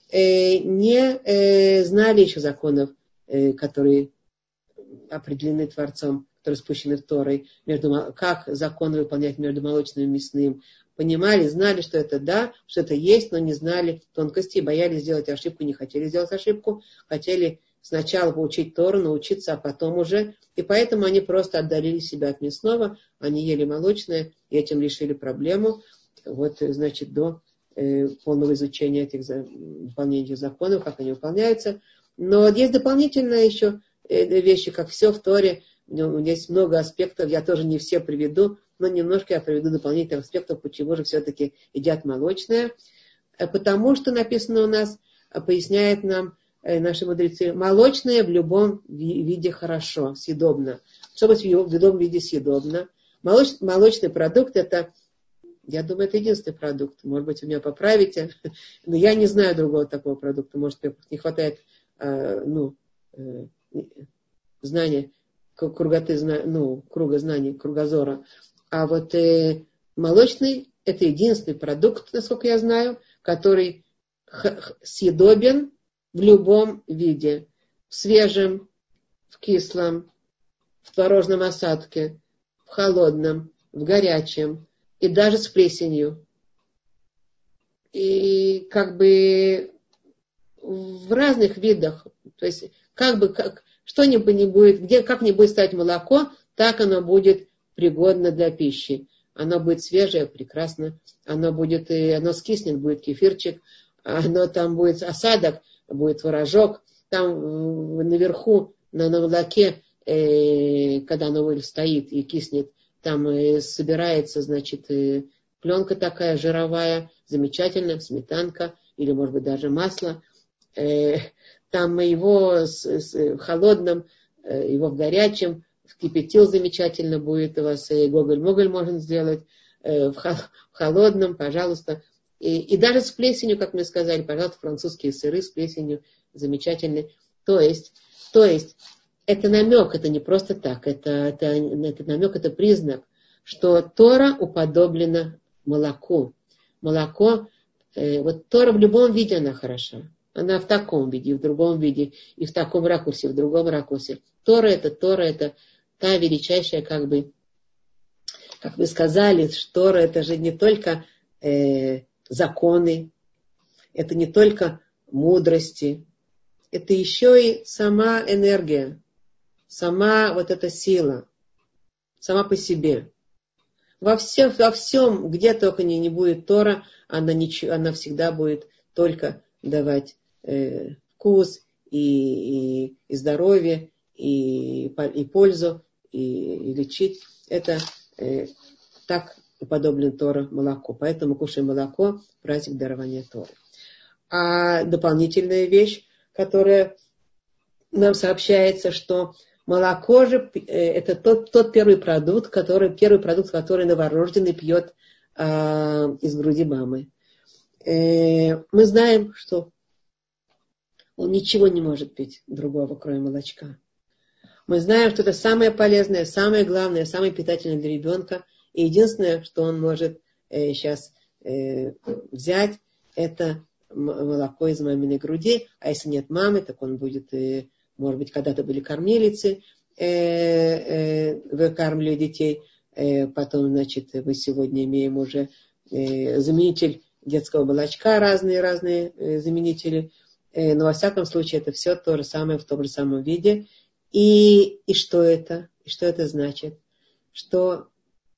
не знали еще законов, которые определены Творцом, которые спущены Торой, между, как законы выполнять между молочным и мясным. Понимали, знали, что это да, что это есть, но не знали тонкостей, боялись сделать ошибку, не хотели сделать ошибку, хотели сначала поучить Тору, научиться, а потом уже. И поэтому они просто отдалили себя от мясного, они ели молочное, и этим решили проблему. Вот, значит, до э, полного изучения этих, выполнения этих законов, как они выполняются. Но есть дополнительные еще э, вещи, как все в Торе. Есть много аспектов, я тоже не все приведу, но немножко я приведу дополнительных аспектов, почему же все-таки едят молочное. Потому что написано у нас, поясняет нам наши мудрецы, молочное в любом виде хорошо, съедобно. Что быть в любом виде съедобно? Молоч, молочный продукт это, я думаю, это единственный продукт. Может быть, вы меня поправите, но я не знаю другого такого продукта. Может, мне не хватает э, ну, э, знания, круготы, ну, круга знаний, кругозора. А вот э, молочный это единственный продукт, насколько я знаю, который х- х- съедобен в любом виде. В свежем, в кислом, в творожном осадке, в холодном, в горячем и даже с плесенью. И как бы в разных видах. То есть как бы как, что-нибудь не будет, где как не будет стоять молоко, так оно будет пригодно для пищи. Оно будет свежее, прекрасно. Оно будет, и оно скиснет, будет кефирчик. Оно там будет осадок, будет творожок. Там наверху, на, на молоке, э, когда оно стоит и киснет, там э, собирается, значит, э, пленка такая жировая, замечательная, сметанка или, может быть, даже масло. Э, там его с, с холодным, э, его в горячем, вкипятил замечательно будет у вас, и гоголь-моголь можно сделать, э, в, хол- в холодном, пожалуйста. И, и даже с плесенью, как мы сказали, пожалуйста, французские сыры с плесенью замечательные. То есть, то есть, это намек, это не просто так, это, это, это намек, это признак, что Тора уподоблена молоку. Молоко, э, вот Тора в любом виде она хороша. Она в таком виде, и в другом виде, и в таком ракурсе, и в другом ракурсе. Тора это, Тора это та величайшая, как бы, как вы сказали, что Тора это же не только э, законы, это не только мудрости, это еще и сама энергия, сама вот эта сила, сама по себе. Во всем, во всем где только не, не будет Тора, она, ничего, она всегда будет только давать э, вкус и, и, и здоровье, и, и пользу, и, и лечить. Это э, так уподоблен Тора молоку. Поэтому кушаем молоко, праздник дарования Торы. А дополнительная вещь, которая нам сообщается, что молоко же это тот, тот первый продукт, который, первый продукт, который новорожденный пьет а, из груди мамы. Э, мы знаем, что он ничего не может пить другого, кроме молочка. Мы знаем, что это самое полезное, самое главное, самое питательное для ребенка. И единственное, что он может э, сейчас э, взять, это молоко из маминой груди. А если нет мамы, так он будет, э, может быть, когда-то были кормилицы, э, э, выкармливали детей. Э, потом, значит, мы сегодня имеем уже э, заменитель детского молочка, разные-разные э, заменители. Э, но, во всяком случае, это все то же самое в том же самом виде. И, и что это? И что это значит? Что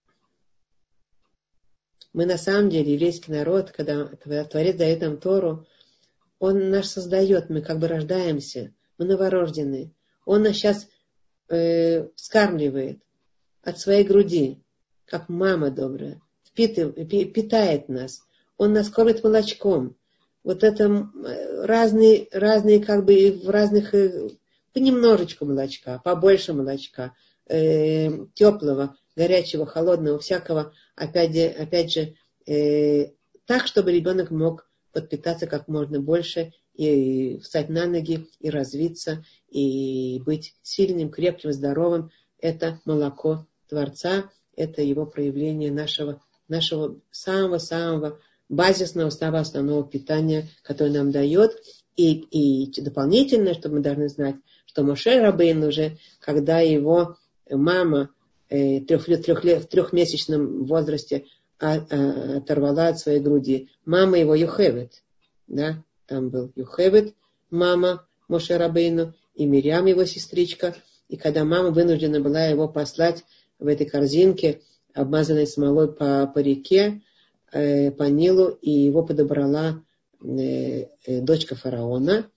мы на самом деле, еврейский народ, когда Творец дает нам Тору, Он нас создает, мы как бы рождаемся, мы новорожденные. Он нас сейчас э, вскармливает от своей груди, как мама добрая, впитывает, питает нас. Он нас кормит молочком. Вот это разные, разные как бы в разных... Понемножечку молочка, побольше молочка, э, теплого, горячего, холодного, всякого, опять же, опять же э, так, чтобы ребенок мог подпитаться как можно больше и встать на ноги, и развиться, и быть сильным, крепким, здоровым. Это молоко Творца, это его проявление нашего, нашего самого-самого базисного, самого основного питания, которое нам дает. И, и дополнительно, что мы должны знать, что Моше Рабейну уже, когда его мама э, трех лет, трех лет, в трехмесячном возрасте а, а, оторвала от своей груди, мама его Юхевет, да, там был Юхевет, мама Моше Рабейну, и Мирьям его сестричка. И когда мама вынуждена была его послать в этой корзинке, обмазанной смолой по, по реке, э, по Нилу, и его подобрала э, э, дочка фараона.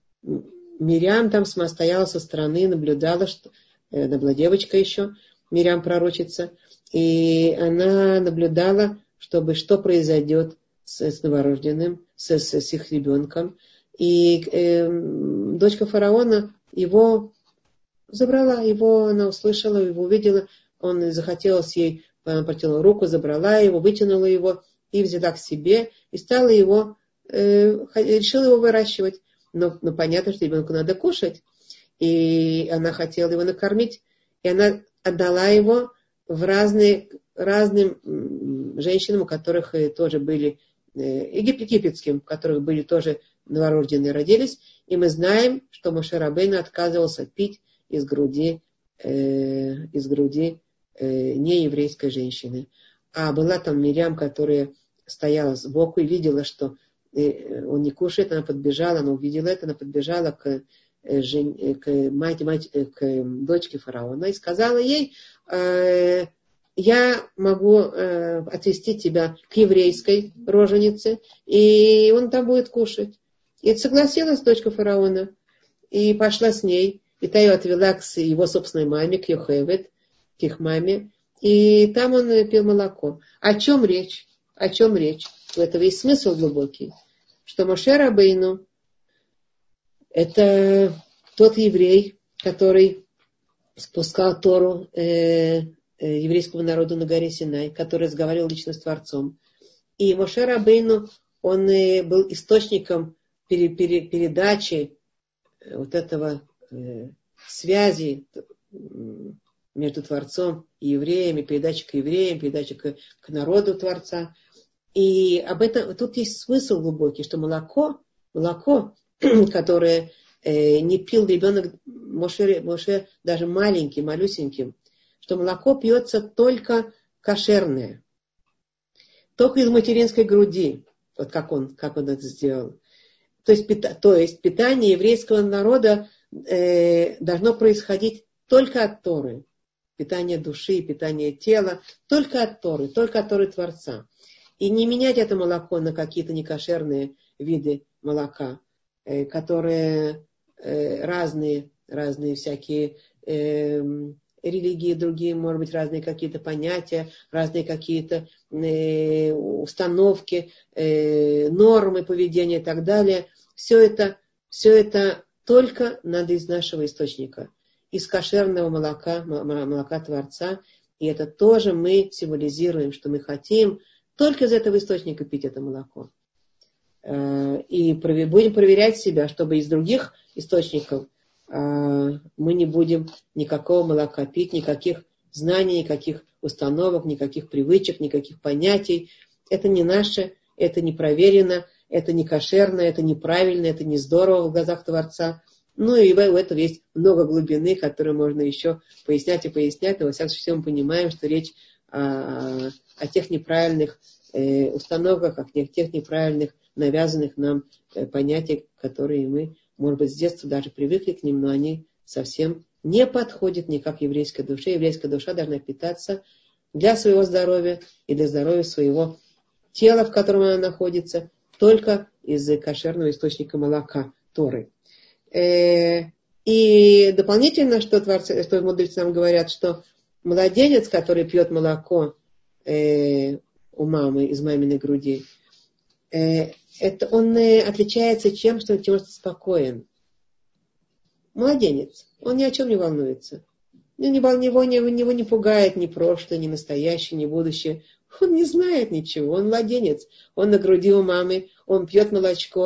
Мирьям там стояла со стороны, наблюдала, что э, она была девочка еще, Мирьям пророчица, и она наблюдала, чтобы что произойдет с, с новорожденным, с, с, с их ребенком. И э, дочка фараона его забрала, его она услышала, его увидела, он захотелось ей, она протянула руку, забрала его, вытянула его и взяла к себе, и стала его, э, решила его выращивать. Но, но понятно, что ребенку надо кушать, и она хотела его накормить, и она отдала его в разные, разным женщинам, у которых тоже были, э, египетским, у которых были тоже новорожденные, родились, и мы знаем, что Моше Рабейну отказывался пить из груди, э, из груди э, нееврейской женщины. А была там Мирьям, которая стояла сбоку и видела, что э, он не кушает, она подбежала, она увидела это, она подбежала к, э, жен, к, мать, мать, э, к дочке фараона и сказала ей, э, я могу э, отвезти тебя к еврейской роженице, и он там будет кушать. И согласилась дочка фараона, и пошла с ней, и та ее отвела к его собственной маме, к Йохевет, к их маме, и там он пил молоко. О чем речь? О чем речь? В этом есть смысл глубокий, что Моше Рабейну это тот еврей, который спускал Тору э, э, еврейскому народу на горе Синай, который разговаривал лично с Творцом. И Моше Рабейну, он э, был источником пере, пере, передачи вот этого э, связи между Творцом и евреями, передачи к евреям, передачи к, к народу Творца. И об этом тут есть смысл глубокий, что молоко, молоко, которое э, не пил ребенок, Моше, Моше даже маленький, малюсеньким, что молоко пьется только кошерное, только из материнской груди, вот как он, как он это сделал. То есть, пита, то есть питание еврейского народа э, должно происходить только от Торы. Питание души, питание тела, только от Торы, только от Торы Творца. И не менять это молоко на какие-то некошерные виды молока, э, которые э, разные, разные всякие э, религии, другие, может быть, разные какие-то понятия, разные какие-то э, установки, э, нормы поведения и так далее. Все это, все это только надо из нашего источника, из кошерного молока, молока Творца. И это тоже мы символизируем, что мы хотим только из этого источника пить это молоко. И будем проверять себя, чтобы из других источников мы не будем никакого молока пить, никаких знаний, никаких установок, никаких привычек, никаких понятий. Это не наше, это не проверено, это не кошерно, это неправильно, это не здорово в глазах Творца. Ну и в этом есть много глубины, которые можно еще пояснять и пояснять. Но во всяком случае мы понимаем, что речь о, о тех неправильных э, установках, о тех неправильных навязанных нам э, понятиях, которые мы, может быть, с детства даже привыкли к ним, но они совсем не подходят никак еврейской душе. Еврейская душа должна питаться для своего здоровья и для здоровья своего тела, в котором она находится, только из кошерного источника молока, Торы. Э, и дополнительно, что, творцы, что мудрецы нам говорят, что младенец, который пьет молоко э, у мамы из маминой груди, э, это он э, отличается чем, что он спокоен. Младенец, он ни о чем не волнуется. Него, него, него, него не пугает ни прошлое, ни настоящее, ни будущее. Он не знает ничего, он младенец. Он на груди у мамы, он пьет молочко, и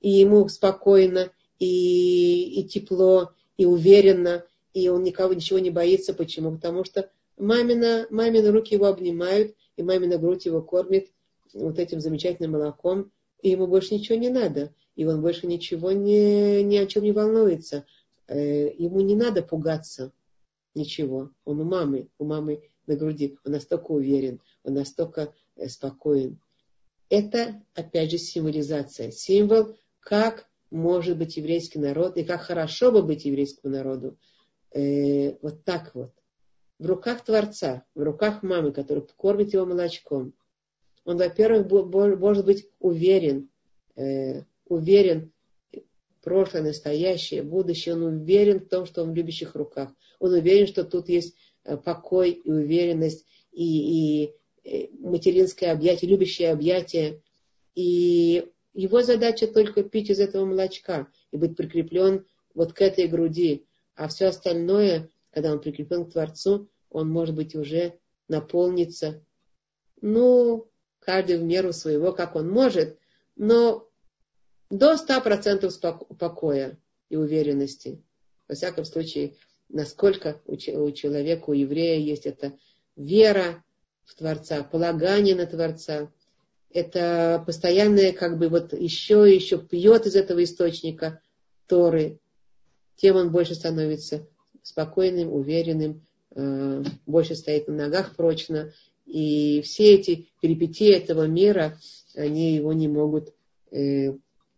и ему спокойно, и, и тепло, и уверенно, и он никого, ничего не боится. Почему? Потому что мамина, мамины руки его обнимают, и мамина грудь его кормит вот этим замечательным молоком, и ему больше ничего не надо, и он больше ничего не, ни о чем не волнуется. Ему не надо пугаться ничего. Он у мамы, у мамы на груди, он настолько уверен, он настолько спокоен. Это, опять же, символизация, символ, как может быть еврейский народ, и как хорошо бы быть еврейскому народу. Э, вот так вот. В руках Творца, в руках мамы, которая кормит его молочком. Он, во-первых, может быть уверен, э, уверен, прошлое, настоящее, будущее. Он уверен в том, что он в любящих руках. Он уверен, что тут есть покой и уверенность, и, и материнское объятие, любящее объятие. И его задача только пить из этого молочка и быть прикреплен вот к этой груди. А все остальное, когда он прикреплен к Творцу, он, может быть, уже наполнится, ну, каждый в меру своего, как он может, но до ста процентов покоя и уверенности. Во всяком случае, насколько у человека, у еврея есть эта вера в Творца, полагание на Творца. Это постоянное, как бы вот еще и еще пьет из этого источника Торы. Тем он больше становится спокойным, уверенным, больше стоит на ногах прочно. И все эти перипетии этого мира, они его не могут э,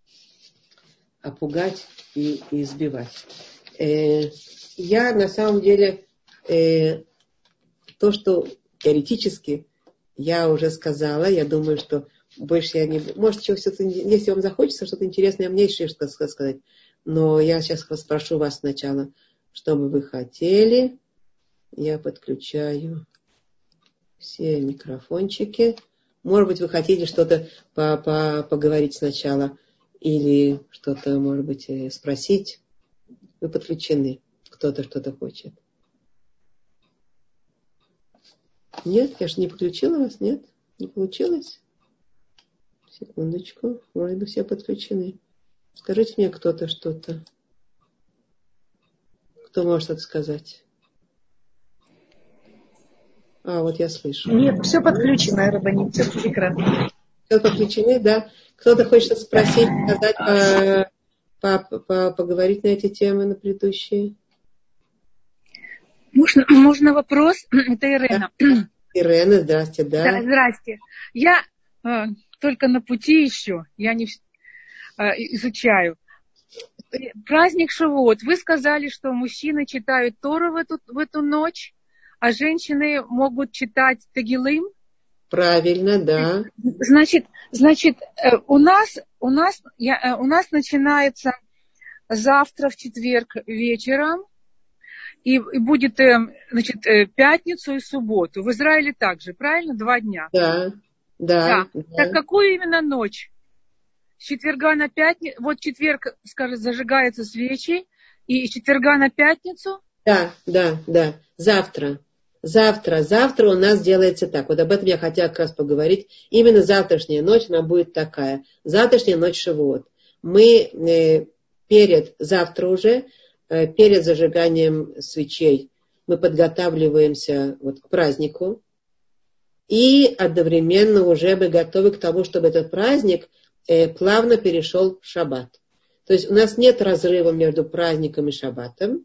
опугать и, и избивать. Э, я на самом деле э, то, что теоретически я уже сказала, я думаю, что больше я не... Может, что-то, если вам захочется что-то интересное, мне еще что-то сказать. Но я сейчас спрошу вас сначала, что бы вы хотели. Я подключаю все микрофончики. Может быть, вы хотите что-то по- по- поговорить сначала или что-то, может быть, спросить. Вы подключены. Кто-то что-то хочет. Нет, я же не подключила вас, нет? Не получилось? Секундочку. Вроде бы все подключены. Скажите мне кто-то что-то. Кто может это сказать? А, вот я слышу. Нет, все подключено, Рабанит, все прекрасно. Все подключены, да? Кто-то хочет спросить, сказать, по, по, по, поговорить на эти темы, на предыдущие? Можно, можно вопрос? Это Ирена. Да. Ирена, здрасте, да. Да, здрасте. Я э, только на пути еще, я не э, изучаю. Праздник Шавуот. Вы сказали, что мужчины читают Тору в эту, в эту ночь, а женщины могут читать Тегилим? Правильно, да. Значит, значит у нас, у нас, я, у нас начинается завтра в четверг вечером, и, и будет, значит, пятницу и субботу. В Израиле также, правильно? Два дня. Да, да. да. да. Так какую именно ночь? С четверга на пятницу, вот четверг, скажем, зажигаются свечи, и с четверга на пятницу? Да, да, да. Завтра. Завтра, завтра у нас делается так. Вот об этом я хотела как раз поговорить. Именно завтрашняя ночь она будет такая. Завтрашняя ночь Шавуот. Мы э, перед, завтра уже, э, перед зажиганием свечей, мы подготавливаемся вот к празднику. И одновременно уже мы готовы к тому, чтобы этот праздник э, плавно перешел в шаббат. То есть у нас нет разрыва между праздником и шаббатом.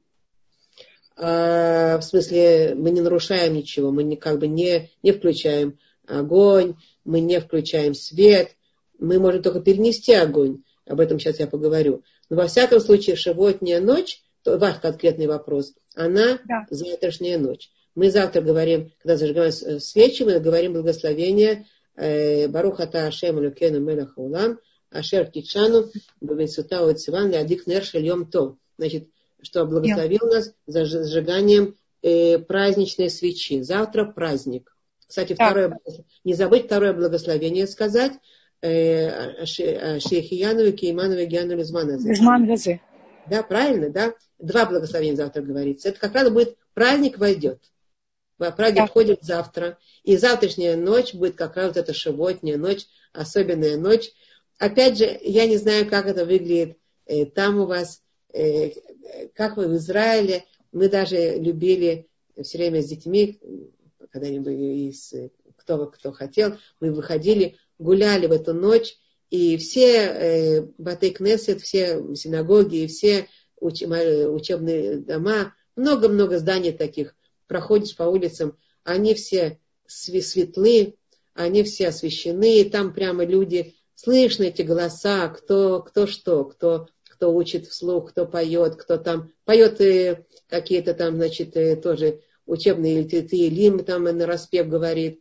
В смысле, мы не нарушаем ничего, мы не, как бы не, не включаем огонь, мы не включаем свет, мы можем только перенести огонь, об этом сейчас я поговорю. Но во всяком случае, шавуотняя ночь, то ваш конкретный вопрос, она да. завтрашняя ночь. Мы завтра говорим, когда зажигаем свечи, мы говорим благословение Барух ата Ашем Элокейну мелех хаолам, Ашер китшану бевейсута оциван леадик нер шель йом тов. Значит, что благословил yeah. нас зажиганием э, праздничной свечи. Завтра праздник. Кстати, yeah. второе, не забыть второе благословение сказать. Шейхиянову, Кейманову, Гиану Лизманазе. Да, правильно, да? Два благословения завтра говорится. Это как раз будет, праздник войдет. Праздник yeah. входит завтра. И завтрашняя ночь будет как раз вот эта шавуотняя ночь, особенная ночь. опять же, я не знаю, как это выглядит э, там у вас, э, как вы в Израиле. Мы даже любили все время с детьми, когда-нибудь из, кто, кто хотел, мы выходили, гуляли в эту ночь, и все э, батей-кнесет, все синагоги, все уч, учебные дома, много-много зданий таких, проходишь по улицам, они все светлы, они все освещены, и там прямо люди, слышно эти голоса, кто, кто что, кто, кто учит вслух, кто поет, кто там поет и какие-то там, значит, тоже учебные лим, там на распев говорит.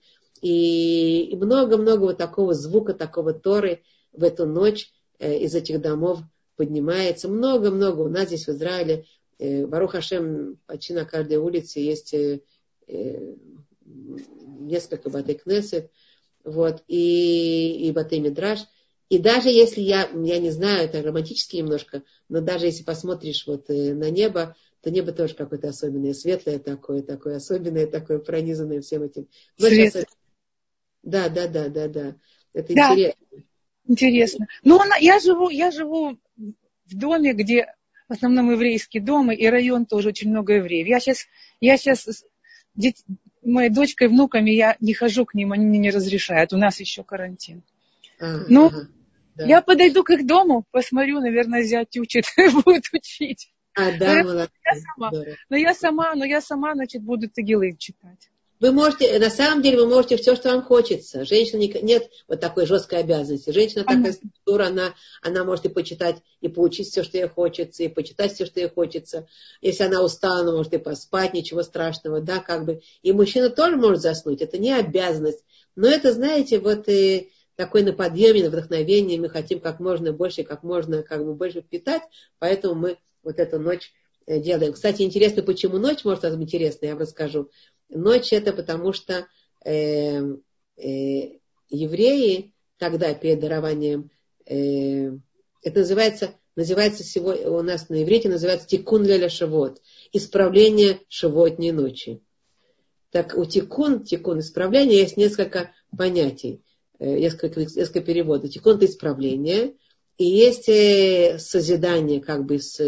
И много-много вот такого звука, такого Торы в эту ночь э, из этих домов поднимается. Много-много у нас здесь в Израиле, э, Барух Ашем, почти на каждой улице есть э, э, несколько батей-кнесет, вот, и, и батей-мидраш. И даже если я, я не знаю, это романтически немножко, но даже если посмотришь вот э, на небо, то небо тоже какое-то особенное, светлое такое, такое особенное, такое пронизанное всем этим. Но сейчас это... Да, да, да, да, да. Это да, интересно. Интересно. Ну, она, я живу, я живу в доме, где в основном еврейские дома, и район тоже очень много евреев. Я сейчас, я сейчас с дет... моей дочкой, внуками, я не хожу к ним, они мне не разрешают. У нас еще карантин. А, ну, ага, да. Я подойду к их дому, посмотрю, наверное, зять учит, будет учить. А, да, молодец. Я сама, но я сама, но я сама, значит, буду тегилы читать. Вы можете, на самом деле, вы можете все, что вам хочется. Женщина не, нет вот такой жесткой обязанности. Женщина такая структура, она, она может и почитать, и поучить все, что ей хочется, и почитать все, что ей хочется. Если она устала, она может и поспать, ничего страшного, да, как бы. И мужчина тоже может заснуть, это не обязанность. Но это, знаете, вот и такой на подъеме, на вдохновении, мы хотим как можно больше, как можно как бы больше впитать, поэтому мы вот эту ночь делаем. Кстати, интересно, почему ночь, может, это интересно, я вам расскажу. Ночь это потому, что э, э, евреи тогда перед дарованием, э, это называется, называется сегодня, у нас на иврите называется тикун леля шавот, исправление шавотней ночи. Так у тикун, тикун исправления есть несколько понятий, э, несколько, несколько переводов. Тикун это исправление, и есть э, созидание, как бы с,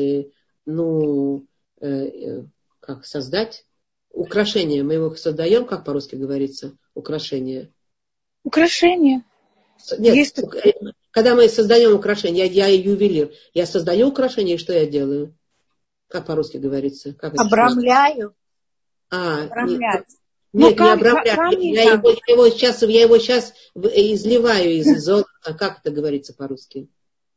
ну, э, э, как создать. Украшения. Мы его создаем, как по-русски говорится, украшения. Украшения. Нет, Есть... когда мы создаем украшения, я, я ювелир, я создаю украшения, и что я делаю? Как по-русски говорится? Как обрамляю. А, Обрамлять. Нет, нет ну, не обрамляю. Камни, я, его, я, его сейчас, я его сейчас изливаю из золота. Как это говорится по-русски?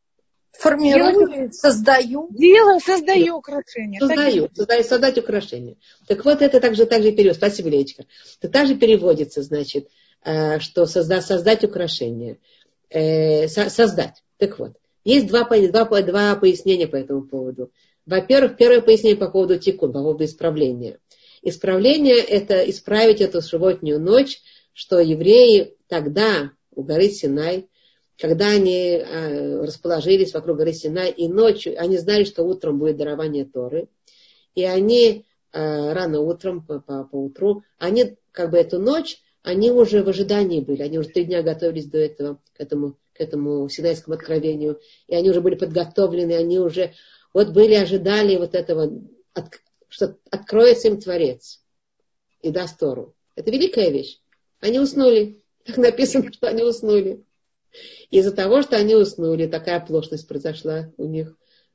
Формирую, делаю, создаю. Делаю, создаю украшения. Создаю, создаю, создать украшения. Так вот, это также, также перевод. Спасибо, Леечка. Это также переводится, значит, что созда, создать украшения. Э, со, создать. Так вот, есть два, два, два пояснения по этому поводу. Во-первых, первое пояснение по поводу тикун, по поводу исправления. Исправление – это исправить эту субботнюю ночь, что евреи тогда у горы Синай, когда они э, расположились вокруг горы Синай, и ночью, они знали, что утром будет дарование Торы, и они э, рано утром, по, по, по утру, они как бы эту ночь, они уже в ожидании были, они уже три дня готовились до этого, к этому, к этому Синайскому откровению, и они уже были подготовлены, они уже вот были, ожидали вот этого, от, что откроется им Творец и даст Тору. Это великая вещь. Они уснули. Так написано, что они уснули. Из-за того, что они уснули, такая оплошность произошла у них.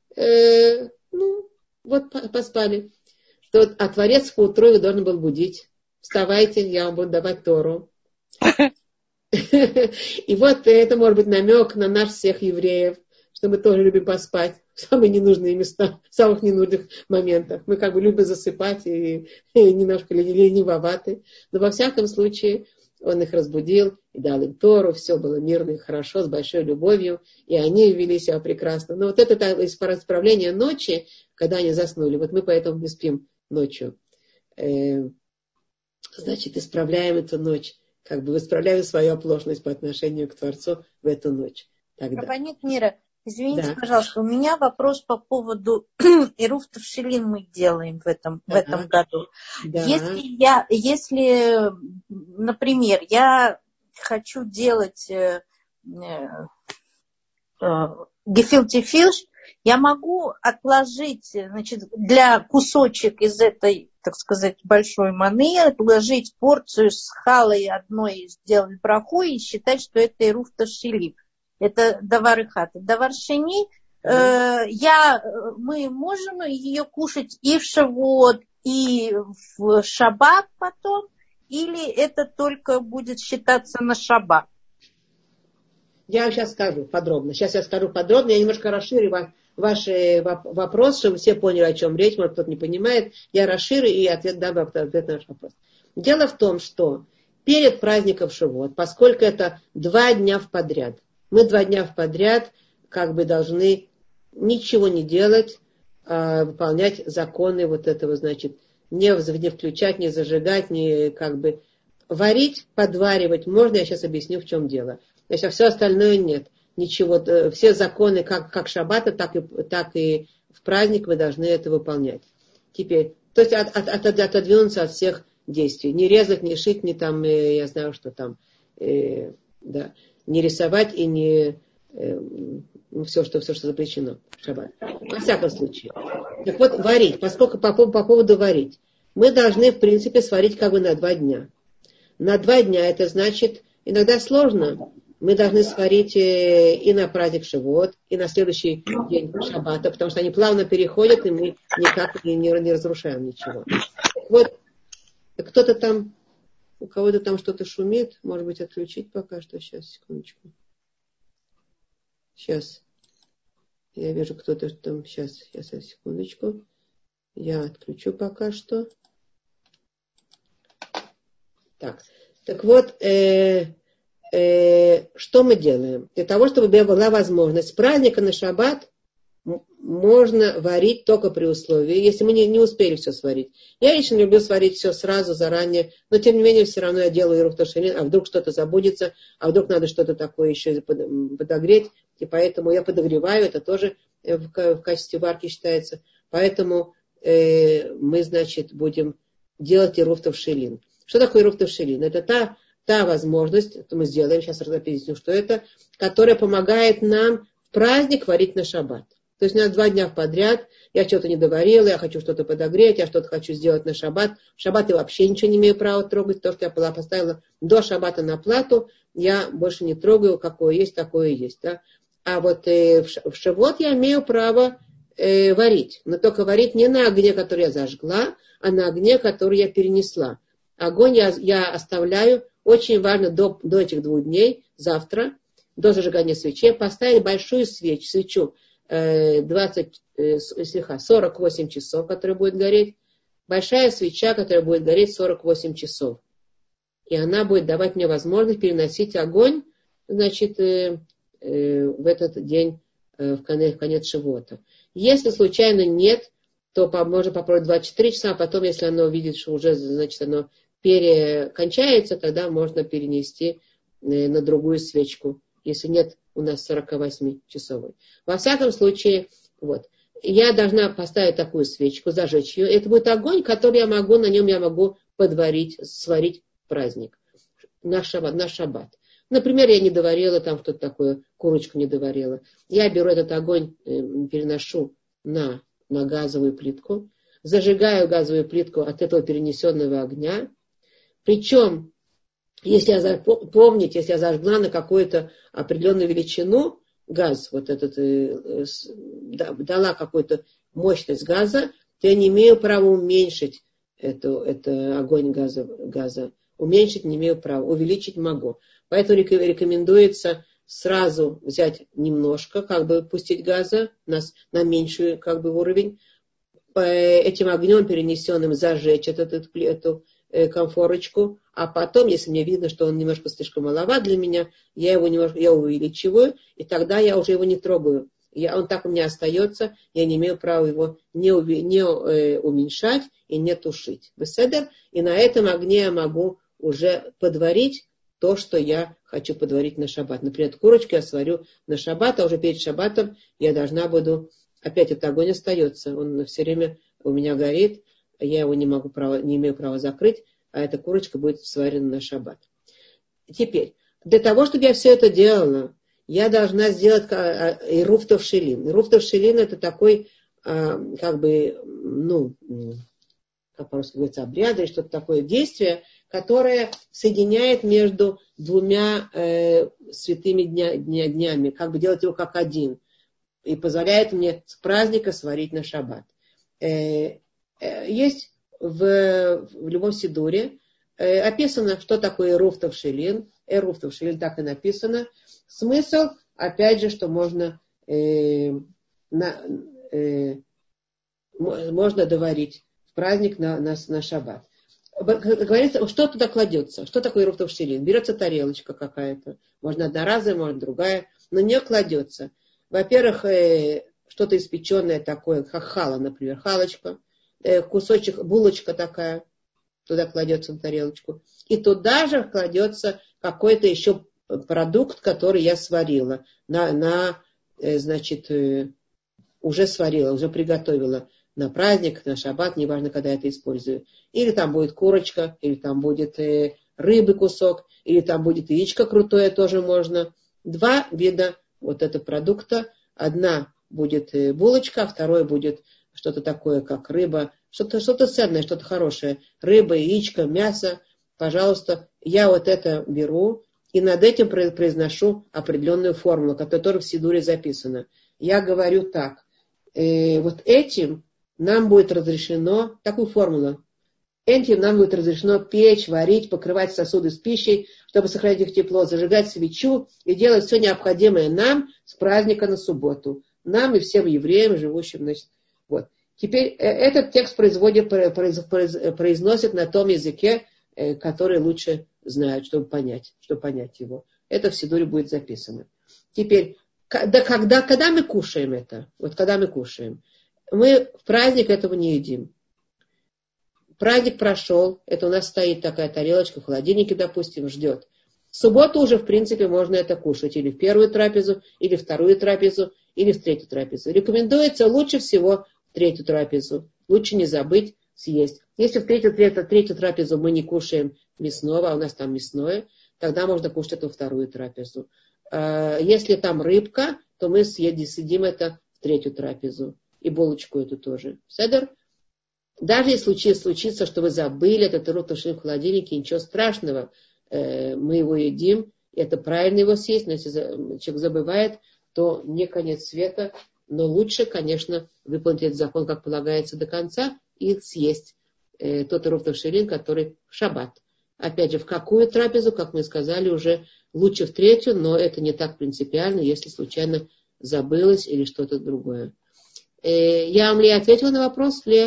Э, ну, вот поспали. Что, а Творец поутру их должен был будить. Вставайте, я вам буду давать Тору. И вот это может быть намек на нас всех евреев, что мы тоже любим поспать в самые ненужные места, в самых ненужных моментах. Мы как бы любим засыпать и, и немножко ленивоваты. Но во всяком случае он их разбудил и дал им Тору, все было мирно и хорошо, с большой любовью, и они вели себя прекрасно. Но вот это исправление ночи, когда они заснули, вот мы поэтому не спим ночью. Э, значит, исправляем эту ночь, как бы исправляем свою оплошность по отношению к Творцу в эту ночь. Тогда. Рабанит Мира, извините, да. пожалуйста, у меня вопрос по поводу Ируф Тавшилин мы делаем в этом, да. в этом году. Да. Если я, если, например, я хочу делать, гефилте фиш, я могу отложить, значит, для кусочек из этой, так сказать, большой маны, отложить порцию с халой одной, сделать браху и считать, что это ирув ташилим. Это давар и хата. Давар шени, э, я, мы можем ее кушать и в шавуот, и в шаббат потом, или это только будет считаться на шаббат? Я вам сейчас скажу подробно. Сейчас я скажу подробно. Я немножко расширю ваш вопрос, чтобы все поняли, о чем речь. Может, кто-то не понимает. Я расширю и ответ дам ответ на ваш вопрос. Дело в том, что перед праздником Шавуот, поскольку это два дня в подряд, мы два дня в подряд как бы должны ничего не делать, а выполнять законы вот этого, значит, не, не включать, не зажигать, не как бы варить, подваривать можно. Я сейчас объясню, в чем дело. Значит, а все остальное нет. Ничего, все законы, как, как шаббата, так и, так и в праздник вы должны это выполнять. Теперь, то есть от, от, от, отодвинуться от всех действий. Не резать, не шить, не там, э, я знаю, что там, э, да, не рисовать и не э, все, что, все, что запрещено в шаббат. Во всяком случае. Так вот, варить, поскольку по, по поводу варить. Мы должны, в принципе, сварить как бы на два дня. На два дня это значит, иногда сложно. Мы должны сварить и на праздник Шавуот, и на следующий день шаббата, потому что они плавно переходят, и мы никак не, не, не разрушаем ничего. Вот кто-то там, у кого-то там что-то шумит, может быть, отключить пока что. Сейчас, секундочку. Сейчас. Я вижу, кто-то там, сейчас, сейчас, секундочку. Я отключу пока что. Так, так вот, э, что мы делаем? Для того, чтобы была возможность с праздника на шаббат можно варить только при условии, если мы не, не успели все сварить. Я лично люблю сварить все сразу, заранее, но тем не менее все равно я делаю ирув ташилим, а вдруг что-то забудется, а вдруг надо что-то такое еще подогреть, и поэтому я подогреваю, это тоже в, в качестве варки считается. Поэтому э, мы, значит, будем делать ирув ташилим. Что такое ирув ташилим? Это та Та возможность, это мы сделаем, сейчас объясню, что это, которая помогает нам в праздник варить на шаббат. То есть у нас два дня подряд, я что-то не доварила, я хочу что-то подогреть, я что-то хочу сделать на шаббат. В шаббат я вообще ничего не имею права трогать, то, что я поставила до шаббата на плату, я больше не трогаю, какое есть, такое есть. Да? А вот э, в шавуот я имею право э, варить, но только варить не на огне, который я зажгла, а на огне, который я перенесла. Огонь я, я оставляю. Очень важно до, до этих двух дней, завтра, до зажигания свечей, поставить большую свечу, свечу э, двадцать, э, сорок восемь часов, которая будет гореть. Большая свеча, которая будет гореть сорок восемь часов. И она будет давать мне возможность переносить огонь, значит, э, э, в этот день, э, в конец, в конец Шавуота. Если случайно нет, то можно попробовать двадцать четыре часа, а потом, если оно видит, что уже, значит, оно перекончается, тогда можно перенести на другую свечку, если нет у нас сорок восемь часовой. Во всяком случае, вот, я должна поставить такую свечку, зажечь ее. Это будет огонь, который я могу, на нем я могу подварить, сварить праздник на шаббат. На шаббат. Например, я не доварила, там что-то такое, курочку не доварила. Я беру этот огонь, переношу на, на газовую плитку, зажигаю газовую плитку от этого перенесенного огня. Причем, если я, помните, если я зажгла на какую-то определенную величину газ, вот этот, дала какую-то мощность газа, то я не имею права уменьшить эту, это огонь газа, газа. Уменьшить не имею права, увеличить могу. Поэтому рекомендуется сразу взять немножко, как бы пустить газа на, на меньший как бы уровень, этим огнем перенесенным зажечь этот, эту, эту конфорочку, а потом, если мне видно, что он немножко слишком маловат для меня, я его немножко, я увеличиваю, и тогда я уже его не трогаю. Я, он так у меня остается, я не имею права его не, уви, не э, уменьшать и не тушить. Беседер, и на этом огне я могу уже подварить то, что я хочу подварить на шаббат. Например, курочку я сварю на шаббат, а уже перед шаббатом я должна буду, опять этот огонь остается, он все время у меня горит, я его не могу права, не имею права закрыть, а эта курочка будет сварена на шаббат. Теперь, для того, чтобы я все это делала, я должна сделать ирув тавшилин. Ирув тавшилин это такой, как бы, ну, как по-русски говорится, обряд или что-то такое действие, которое соединяет между двумя э, святыми дня, дня, днями, как бы делать его как один, и позволяет мне с праздника сварить на шаббат. Э, э, есть в, в любом сидуре э, описано, что такое эрув тавшилин. Эрув тавшилин так и написано. Смысл, опять же, что можно, э, на, э, можно доварить в праздник на, на, на шаббат. Говорится, что туда кладется? Что такое эрув тавшилин? Берется тарелочка какая-то, можно одноразовая, можно другая, на нее кладется. Во-первых, э, что-то испеченное такое, как хала, например, халочка, э, кусочек, булочка такая, туда кладется на тарелочку. И туда же кладется какой-то еще продукт, который я сварила, на, на э, значит, э, уже сварила, уже приготовила на праздник, на шаббат, неважно, когда я это использую. Или там будет курочка, или там будет э, рыбы кусок, или там будет яичко крутое, тоже можно. Два вида вот этого продукта. Одна будет э, булочка, а второе будет что-то такое, как рыба, что-то, что-то ценное, что-то хорошее. Рыба, яичко, мясо. Пожалуйста, я вот это беру и над этим произношу определенную формулу, которая в сидуре записана. Я говорю так. Э, вот этим нам будет разрешено, такую формулу, этим нам будет разрешено печь, варить, покрывать сосуды с пищей, чтобы сохранить их тепло, зажигать свечу и делать все необходимое нам с праздника на субботу. Нам и всем евреям, живущим, значит, вот. Теперь этот текст производит, произносит на том языке, который лучше знают, чтобы понять, чтобы понять его. Это в сидуре будет записано. Теперь, когда, когда, когда мы кушаем это, вот когда мы кушаем, мы в праздник этого не едим. Праздник прошел, это у нас стоит такая тарелочка в холодильнике, допустим, ждет. В субботу уже, в принципе, можно это кушать. Или в первую трапезу, или в вторую трапезу, или в третью трапезу. Рекомендуется лучше всего в третью трапезу. Лучше не забыть съесть. Если в третью, третью, третью трапезу мы не кушаем мясного, а у нас там мясное, тогда можно кушать это во вторую трапезу. Если там рыбка, то мы съедим это в третью трапезу. И булочку эту тоже. Седер? Даже если случится, случится, что вы забыли этот эрув тавшилин в холодильнике, ничего страшного. Э, мы его едим. Это правильно его съесть. Но если человек забывает, то не конец света. Но лучше, конечно, выполнить этот закон, как полагается, до конца и съесть э, тот эрув тавшилин, который в шаббат. Опять же, в какую трапезу, как мы сказали, уже лучше в третью, но это не так принципиально, если случайно забылось или что-то другое. Я вам, Лея, ответила на вопрос, Лея?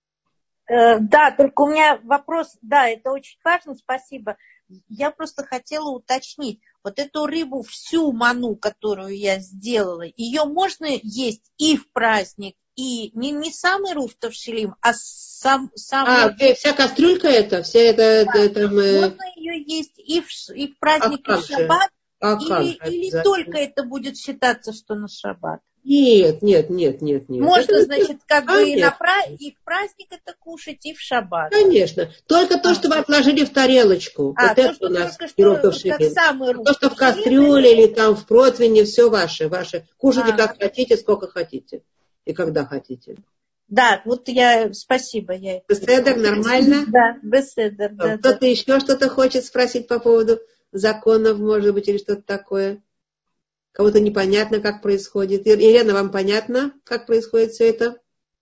Э, да, только у меня вопрос, да, это очень важно, спасибо. Я просто хотела уточнить, вот эту рыбу, всю ману, которую я сделала, ее можно есть и в праздник, и не, не сам эрув тавшилин, а сам... сам а, я... вся кастрюлька эта? Вся это, да, это, это мы... Можно ее есть и в, и в праздник, а и в шаббат, а или, или только это будет считаться, что на шаббат? Нет, нет, нет, нет, нет. Можно, это, значит, как а, бы и, нет. на пра... и в праздник это кушать, и в шаббат. Конечно. Только то, а. что вы отложили в тарелочку. А, вот то, это что у нас только что, вот как самый руф. То, что в кастрюле или там в противне, все ваше, ваше. Кушайте а. как хотите, сколько хотите. И когда хотите. Да, вот я, спасибо. Я... Беседер, нормально? Да, беседер. Да, Кто-то да. еще что-то хочет спросить по поводу законов, может быть, или что-то такое? Кому-то непонятно, как происходит. Елена, вам понятно, как происходит все это?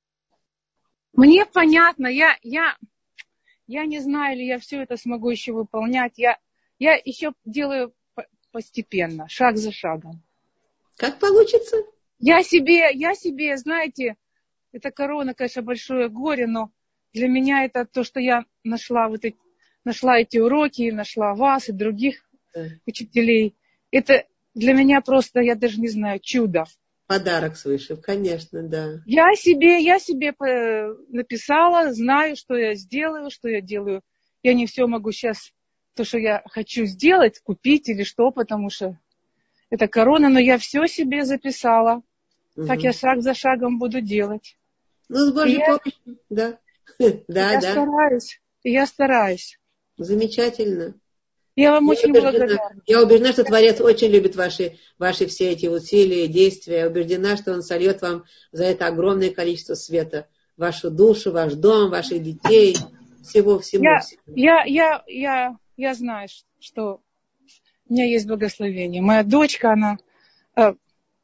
Мне понятно. Я, я, я не знаю, ли я все это смогу еще выполнять. Я, я еще делаю постепенно, шаг за шагом. Как получится? Я себе, я себе, знаете, эта корона, конечно, большое горе, но для меня это то, что я нашла вот эти, нашла эти уроки, нашла вас и других да. учителей. Это для меня просто, я даже не знаю, чудо. Подарок свыше, конечно, да. Я себе, я себе написала, знаю, что я сделаю, что я делаю. Я не все могу сейчас, то, что я хочу сделать, купить или что, потому что это корона, но я все себе записала. Угу. Так я шаг за шагом буду делать. Ну, с Божьей помощью, да. да, я да. стараюсь, я стараюсь. Замечательно. Я вам Я очень убеждена, благодарна. я убеждена, что Творец очень любит ваши, ваши все эти усилия, действия. Я убеждена, что Он сольет вам за это огромное количество света. Вашу душу, ваш дом, ваших детей, всего, всему. Я, всему. я, я, я, я знаю, что у меня есть благословение. Моя дочка, она, э,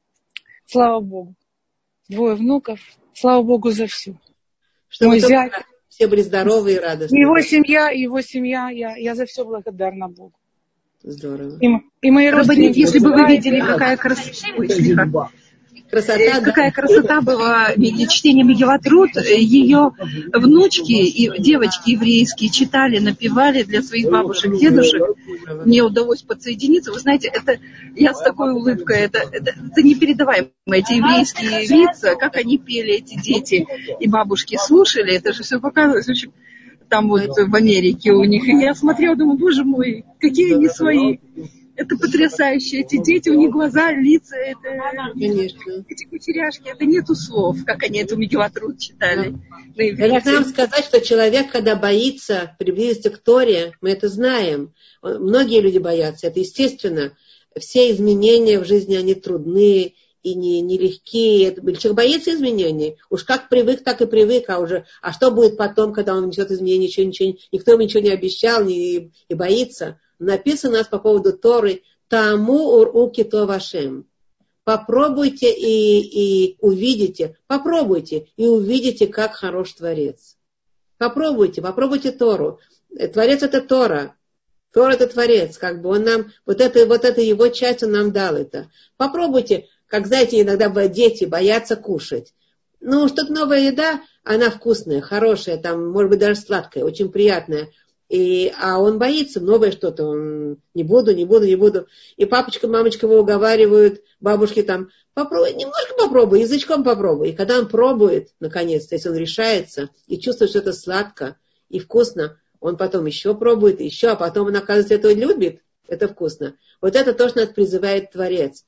слава Богу, двое внуков, слава Богу за все. Чтобы Мой зять, все были здоровы и радостны. его Да. семья, его семья, я, я за все благодарна Богу. Здорово. И, и мои родственники. Если бы вы видели, какая красота. Красота, Какая да? красота была чтение Мегилат Рут. Ее внучки и девочки еврейские читали, напевали для своих бабушек, дедушек. Мне удалось подсоединиться. Вы знаете, это я с такой улыбкой, это, это, это непередаваемо. Эти еврейские лица, как они пели, эти дети и бабушки слушали, это же все показывалось. В общем, там вот в Америке у них. И я смотрела, думаю, боже мой, какие они свои. Это потрясающе. Эти дети, у них глаза, лица, это... Конечно. Эти кучеряшки, это нету слов, как они эту Мегилат Рут читали. Да. Я должна вам сказать, что человек, когда боится приблизиться к Торе, мы это знаем. Многие люди боятся, это естественно. Все изменения в жизни, они трудны и не, не легкие. Человек боится изменений. Уж как привык, так и привык. А, уже, а что будет потом, когда он несет изменения, ничего, ничего, никто ему ничего не обещал не, и боится. Написано у нас по поводу Торы «Таму уру кито вашем». Попробуйте и, и увидите, попробуйте и увидите, как хорош Творец. Попробуйте, попробуйте Тору. Творец — это Тора. Тора — это Творец. Как бы он нам, вот это, вот это его часть он нам дал это. Попробуйте, как знаете, иногда дети боятся кушать. Ну, что-то новая еда, она вкусная, хорошая, там, может быть, даже сладкая, очень приятная. И, а он боится, новое что-то, он не буду, не буду, не буду. И папочка, мамочка его уговаривают, бабушки там, попробуй, немножко попробуй, язычком попробуй. И когда он пробует, наконец-то, если он решается и чувствует, что это сладко и вкусно, он потом еще пробует, еще, а потом он, оказывается, это любит, это вкусно. Вот это то, что нас призывает Творец.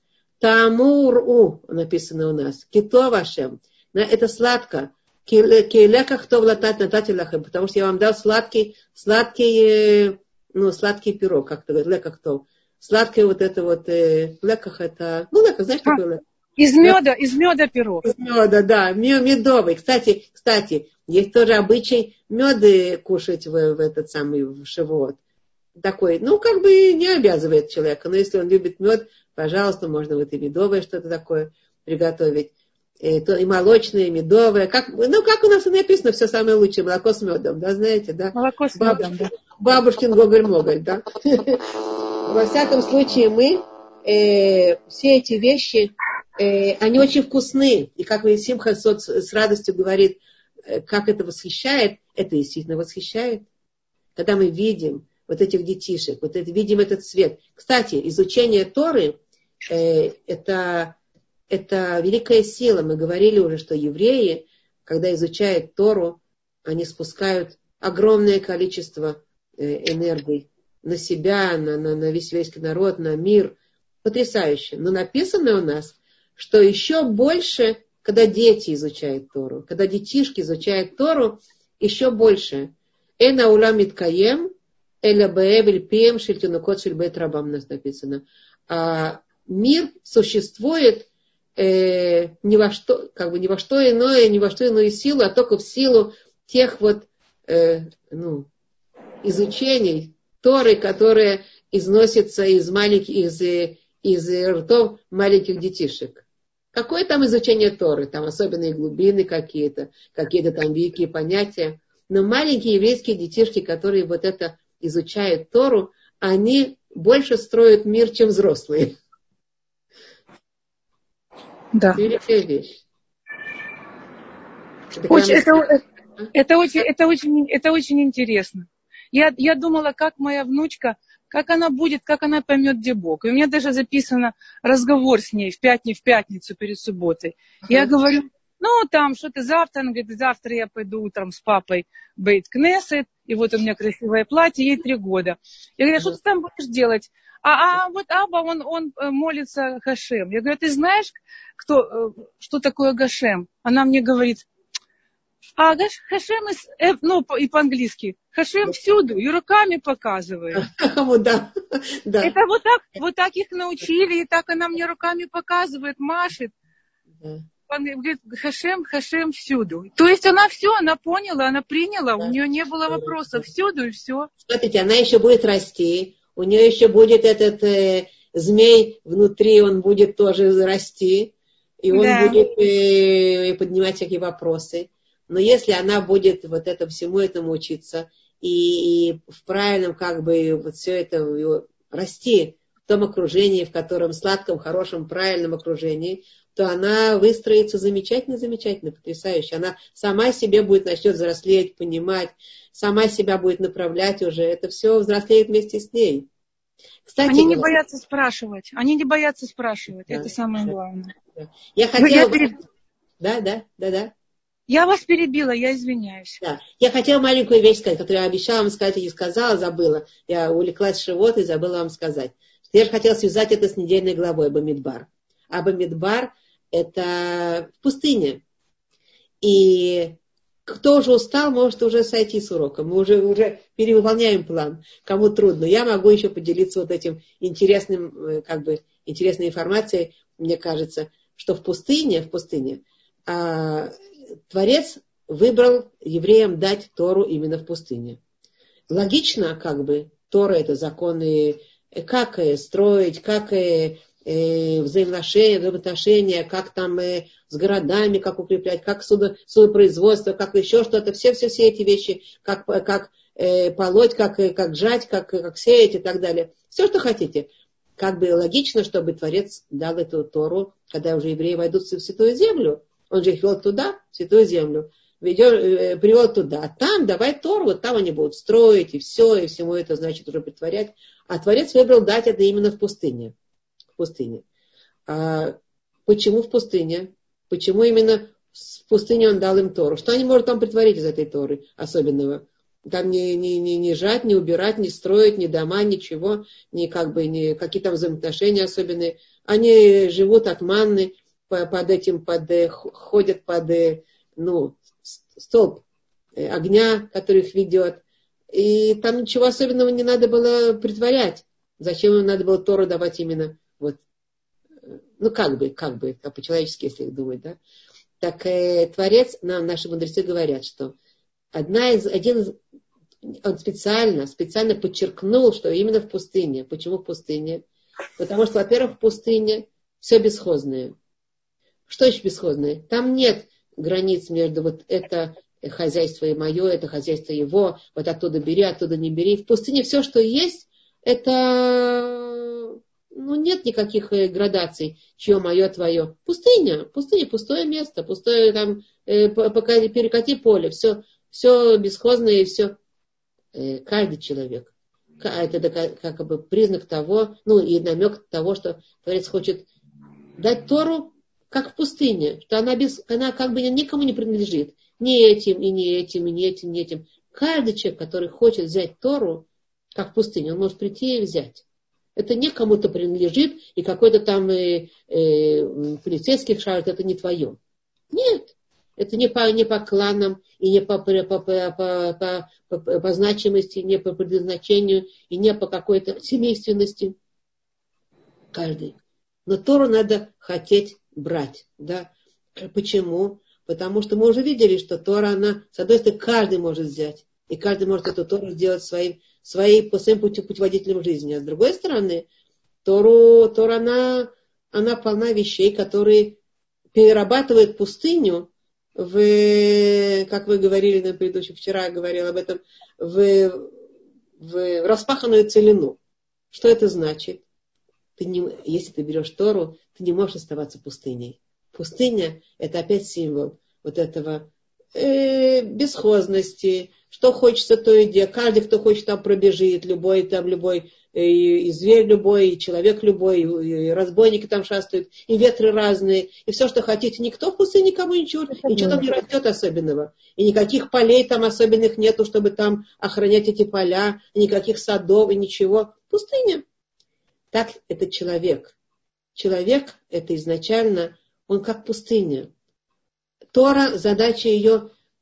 Тамур-у, написано у нас, кито вашем, это сладко. Потому что я вам дал сладкий, сладкий, ну, сладкий пирог, как то говорят, лекахтов. Сладкий вот это вот, э, леках это, ну, леках, знаешь, а, такой леках? Из меда, из меда пирог. Из меда, да, медовый. Кстати, кстати, есть тоже обычай меды кушать в, в этот самый в шивот. Такой, ну, как бы не обязывает человека, но если он любит мед, пожалуйста, можно вот и медовое что-то такое приготовить. И, то, и молочное, и медовое. Как, ну, как у нас и написано, все самое лучшее, молоко с медом, да, знаете, да? Молоко с медом, да. Бабушкин гоголь-моголь, да? Во всяком случае, мы э, все эти вещи, э, они очень вкусны. И как Симха с радостью говорит, э, как это восхищает, это действительно восхищает. Когда мы видим вот этих детишек, вот это, видим этот цвет. Кстати, изучение Торы, э, это... Это великая сила. Мы говорили уже, что евреи, когда изучают Тору, они спускают огромное количество энергии на себя, на, на, на весь еврейский народ, на мир. Потрясающе. Но написано у нас, что еще больше, когда дети изучают Тору, когда детишки изучают Тору, еще больше. Эна улам миткаем, эля бээвель пием шильтюнукот шильбэт рабам, у нас написано. А мир существует Э, ни во что, как бы ни во что иное, ни во что иную силу, а только в силу тех вот э, ну, изучений Торы, которые износятся из маленьких, из, из ртов маленьких детишек. Какое там изучение Торы? Там особенные глубины какие-то, какие-то там великие понятия. Но маленькие еврейские детишки, которые вот это изучают Тору, они больше строят мир, чем взрослые. Да. Великая вещь. Это, очень, это, мы... это, очень, это, очень, это очень интересно. Я, я думала, как моя внучка, как она будет, как она поймет, где Бог. И у меня даже записан разговор с ней в, пятни, в пятницу перед субботой. Ага. Я говорю, ну там, что ты завтра? Она говорит, завтра я пойду утром с папой в Бейт-Кнесет, и вот у меня красивое платье, ей три года. Я говорю, а что ты там будешь делать? А, а вот Аба, он, он молится Гашем. Я говорю, ты знаешь, кто, что такое Гашем? Она мне говорит, А Хашем, ну, и по-английски, Хашем всюду, и руками показывает. Вот, да, да. Это вот так, вот так их научили, и так она мне руками показывает, машет. Да. Он говорит, Хашем, Хашем всюду. То есть она все, она поняла, она приняла, да. У нее не было вопросов, всюду и все. Смотрите, она еще будет расти, у нее еще будет этот э, змей внутри, он будет тоже расти, и он да. будет э, поднимать всякие вопросы. Но если она будет вот это всему этому учиться и, и в правильном как бы вот все это расти в том окружении, в котором сладком, хорошем, правильном окружении, то она выстроится замечательно, замечательно, потрясающе. Она сама себе будет начнет взрослеть, понимать, сама себя будет направлять уже. Это все взрослеет вместе с ней. Кстати, они не боятся спрашивать. Они не боятся спрашивать. Да, это самое да, главное. Да. Я хотела... Я переб... Да, да, да, да. Я вас перебила, я извиняюсь. Да. Я хотела маленькую вещь сказать, которую я обещала вам сказать и не сказала, забыла. Я увлеклась шивот и забыла вам сказать. Я же хотела связать это с недельной главой Бамидбар. А Бамидбар — это в пустыне. И кто уже устал, может уже сойти с урока. Мы уже, уже перевыполняем план. Кому трудно. Я могу еще поделиться вот этим интересным, как бы, интересной информацией. Мне кажется, что в пустыне, в пустыне а, Творец выбрал евреям дать Тору именно в пустыне. Логично, как бы, Тора — это законы, как строить, как взаимоотношения, взаимоотношения, как там э, с городами, как укреплять, как судо, судопроизводство, как еще что-то, все-все-все эти вещи, как, как э, полоть, как, как жать, как, как сеять и так далее. Все, что хотите. Как бы логично, чтобы Творец дал эту Тору, когда уже евреи войдут в Святую Землю. Он же их вел туда, в Святую Землю. Ведет, э, привел туда. А там давай Тору, вот там они будут строить, и все, и всему это, значит, уже притворять. А Творец выбрал дать это именно в пустыне. пустыне. А почему в пустыне? Почему именно в пустыне он дал им Тору? Что они могут там притворить из этой Торы особенного? Там не, не, не, не жать, не убирать, не строить, ни дома, ничего, ни как бы, ни какие там взаимоотношения особенные. Они живут от манны, под этим, под, ходят под, ну, столб огня, который их ведет. И там ничего особенного не надо было притворять. Зачем им надо было Тору давать именно вот, ну как бы, как бы, как по-человечески, если думать, да? Так э, Творец, нам наши мудрецы говорят, что одна из, один из, он специально, специально подчеркнул, что именно в пустыне. Почему в пустыне? Потому что, во-первых, в пустыне все бесхозное. Что еще бесхозное? Там нет границ между вот это хозяйство и мое, это хозяйство его, вот оттуда бери, оттуда не бери. В пустыне все, что есть, это, ну, нет никаких градаций, чье мое, твое. Пустыня, пустыня, пустое место, пустое там, э, перекати поле, все, все бесхозное и все. Э, каждый человек. Это как бы признак того, ну и намек того, что Творец хочет дать Тору, как в пустыне, что она, без, она как бы никому не принадлежит. Ни этим, и не этим, и не этим, и не этим. Каждый человек, который хочет взять Тору, как в пустыне, он может прийти и взять. Это не кому-то принадлежит, и какой-то там э, э, полицейский шарит, это не твое. Нет. Это не по, не по кланам, и не по, по, по, по, по, по, по значимости, не по предназначению, и не по какой-то семейственности. Каждый. Но Тору надо хотеть брать. Да? Почему? Потому что мы уже видели, что Тора, она, с одной стороны, каждый может взять. И каждый может эту Тору сделать своим, своим, по своим пути, путеводителем жизни. А с другой стороны, Тору, Тора, она, она полна вещей, которые перерабатывают пустыню в, как вы говорили на предыдущем, вчера я говорила об этом, в, в распаханную целину. Что это значит? Ты не, если ты берешь Тору, ты не можешь оставаться пустыней. Пустыня — это опять символ вот этого э, бесхозности, что хочется, то и делать. Каждый, кто хочет, там пробежит, любой, там, любой, и, и зверь любой, и человек любой, и, и разбойники там шастают, и ветры разные, и все, что хотите. Никто в пустыне никому ничего, ничего там не растет особенного. И никаких полей там особенных нету, чтобы там охранять эти поля, и никаких садов, и ничего. Пустыня. Так это человек. Человек — это изначально, он как пустыня. Тора, задача ее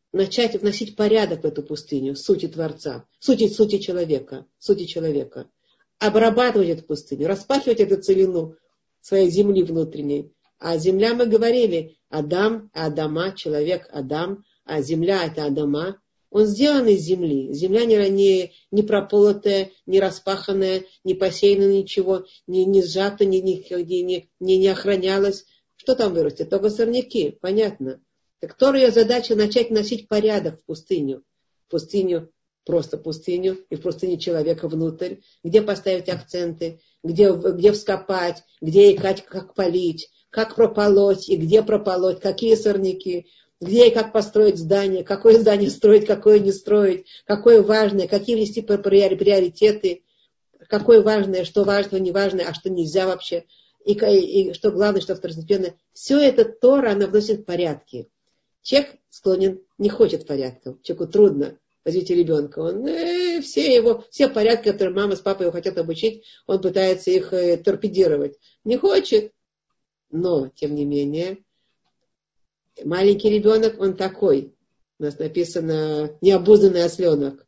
начать вносить порядок в эту пустыню, сути Творца, сути, сути человека, сути человека. Обрабатывать эту пустыню, распахивать эту целину своей земли внутренней. А земля, мы говорили, Адам, Адама, человек, Адам, а земля это Адама. Он сделан из земли. Земля не, не, не прополотая, не распаханная, не посеяна ничего, не, не сжата, не, не, не, не, не охранялась. Что там вырастет? Только сорняки, понятно. Так Тора ее задача начать носить порядок в пустыню. В пустыню, просто пустыню, и в пустыню человека внутрь. Где поставить акценты, где, где вскопать, где искать, как полить, как прополоть и где прополоть, какие сорняки. Где и как построить здание, какое здание строить, какое не строить, какое важное, какие вести приоритеты, какое важное, что важно, не важно, а что нельзя вообще, и, и что главное, что второстепенное. Все это Тора, она вносит порядки. Человек склонен, не хочет порядков, человеку трудно. Возьмите ребенка, он, э, все его, все порядки, которые мама с папой его хотят обучить, он пытается их э, торпедировать. Не хочет, но, тем не менее, маленький ребенок, он такой. У нас написано необузданный осленок.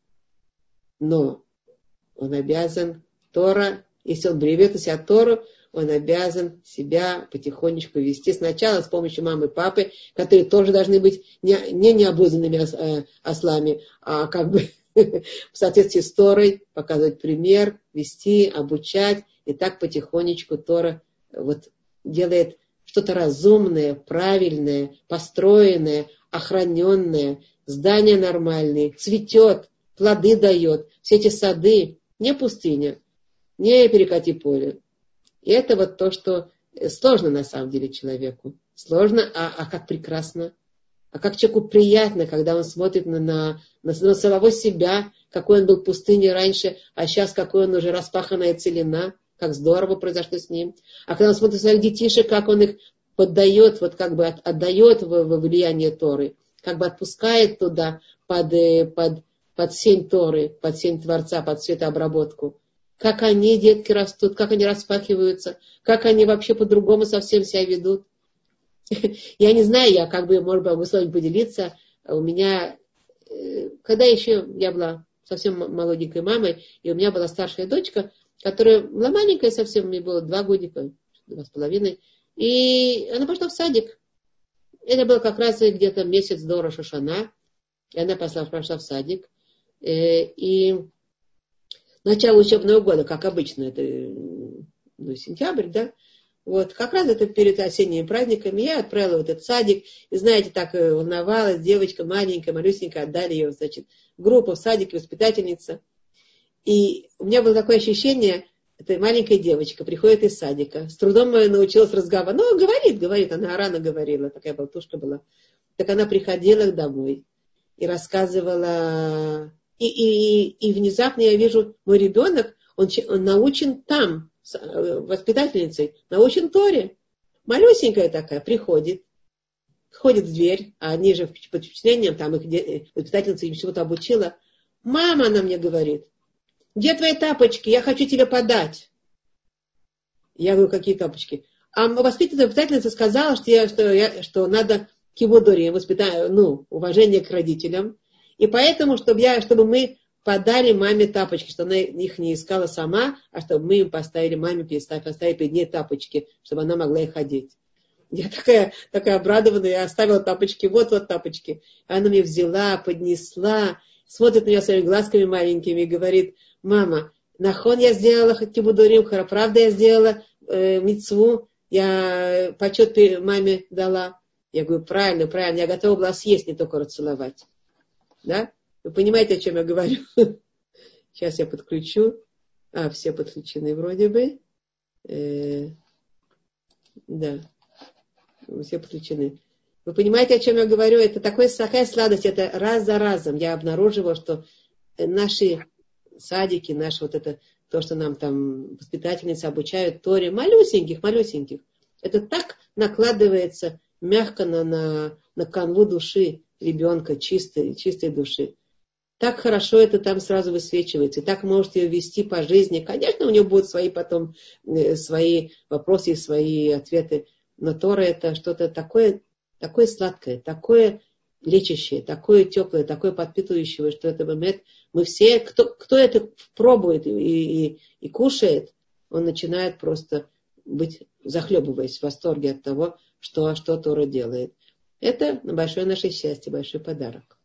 Но он обязан, Тора, если он берет на себя Тору, он обязан себя потихонечку вести. Сначала с помощью мамы и папы, которые тоже должны быть не, не необузданными ослами, а как бы в соответствии с Торой показывать пример, вести, обучать. И так потихонечку Тора вот делает что-то разумное, правильное, построенное, охраненное, здания нормальные, цветет, плоды дает. Все эти сады, не пустыня, не перекати поле. И это вот то, что сложно на самом деле человеку. Сложно, а, а как прекрасно. А как человеку приятно, когда он смотрит на, на, на, на самого себя, какой он был в пустыне раньше, а сейчас какой он уже распаханная целина. Как здорово произошло с ним. А когда он смотрит на своих детишек, как он их поддает, вот как бы от, отдает во, во влияние Торы, как бы отпускает туда под, под, под сень Торы, под сень Творца, под светообработку. Как они, детки, растут, как они распахиваются, как они вообще по-другому совсем себя ведут. Я не знаю, я как бы, может быть, могу с вами поделиться. У меня, когда еще я была совсем молоденькой мамой, и у меня была старшая дочка, которая была маленькая совсем, мне было два годика, два с половиной, и она пошла в садик. Это было как раз где-то месяц до Рош ха-Шана, и она пошла, пошла в садик. И начало учебного года, как обычно, это ну, сентябрь, да, вот, как раз это перед осенними праздниками, я отправила в этот садик, и, знаете, так волновалась, девочка маленькая, малюсенькая, отдали ее, значит, в группу в садике, воспитательница. И у меня было такое ощущение, эта маленькая девочка приходит из садика, с трудом научилась разговаривать. Ну, говорит, говорит, она рано говорила, такая болтушка была. Так она приходила домой и рассказывала. И, и, и внезапно я вижу, мой ребенок, он, он научен там, воспитательницей, научен Торе. Малюсенькая такая, приходит, входит в дверь, а они же под впечатлением, там их воспитательница им чего-то обучила. Мама, она мне говорит, где твои тапочки? Я хочу тебе подать. Я говорю, какие тапочки? А воспитательница, воспитательница сказала, что, я, что, я, что надо кивудори, воспитание, ну, уважение к родителям. И поэтому, чтобы, я, чтобы мы подали маме тапочки, чтобы она их не искала сама, а чтобы мы им поставили, маме поставили перед ней тапочки, чтобы она могла их одеть. Я такая, такая обрадованная, я оставила тапочки, вот-вот тапочки. Она мне взяла, поднесла, смотрит на меня своими глазками маленькими и говорит, мама, нахон я сделала кибудурим, правда я сделала э, мицву, я почет маме дала. Я говорю, правильно, правильно, я готова была съесть, не только расцеловать. Да? Вы понимаете, о чем я говорю? Сейчас я подключу. А, все подключены вроде бы. Э, да, все подключены. Вы понимаете, о чем я говорю? Это такой, такая сладость, это раз за разом. Я обнаруживала, что наши садики, наши вот это, то, что нам там воспитательницы обучают Торе, малюсеньких, малюсеньких. Это так накладывается мягко на, на, на канву души ребенка, чистой, чистой души. Так хорошо это там сразу высвечивается. И так может ее вести по жизни. Конечно, у нее будут свои потом, свои вопросы и свои ответы. Но Тора это что-то такое, такое сладкое, такое лечащее, такое теплое, такое подпитывающее, что это момент. Мы все, кто, кто это пробует и, и, и кушает, он начинает просто быть, захлебываясь в восторге от того, что, что Тора делает. Это большое наше счастье, большой подарок.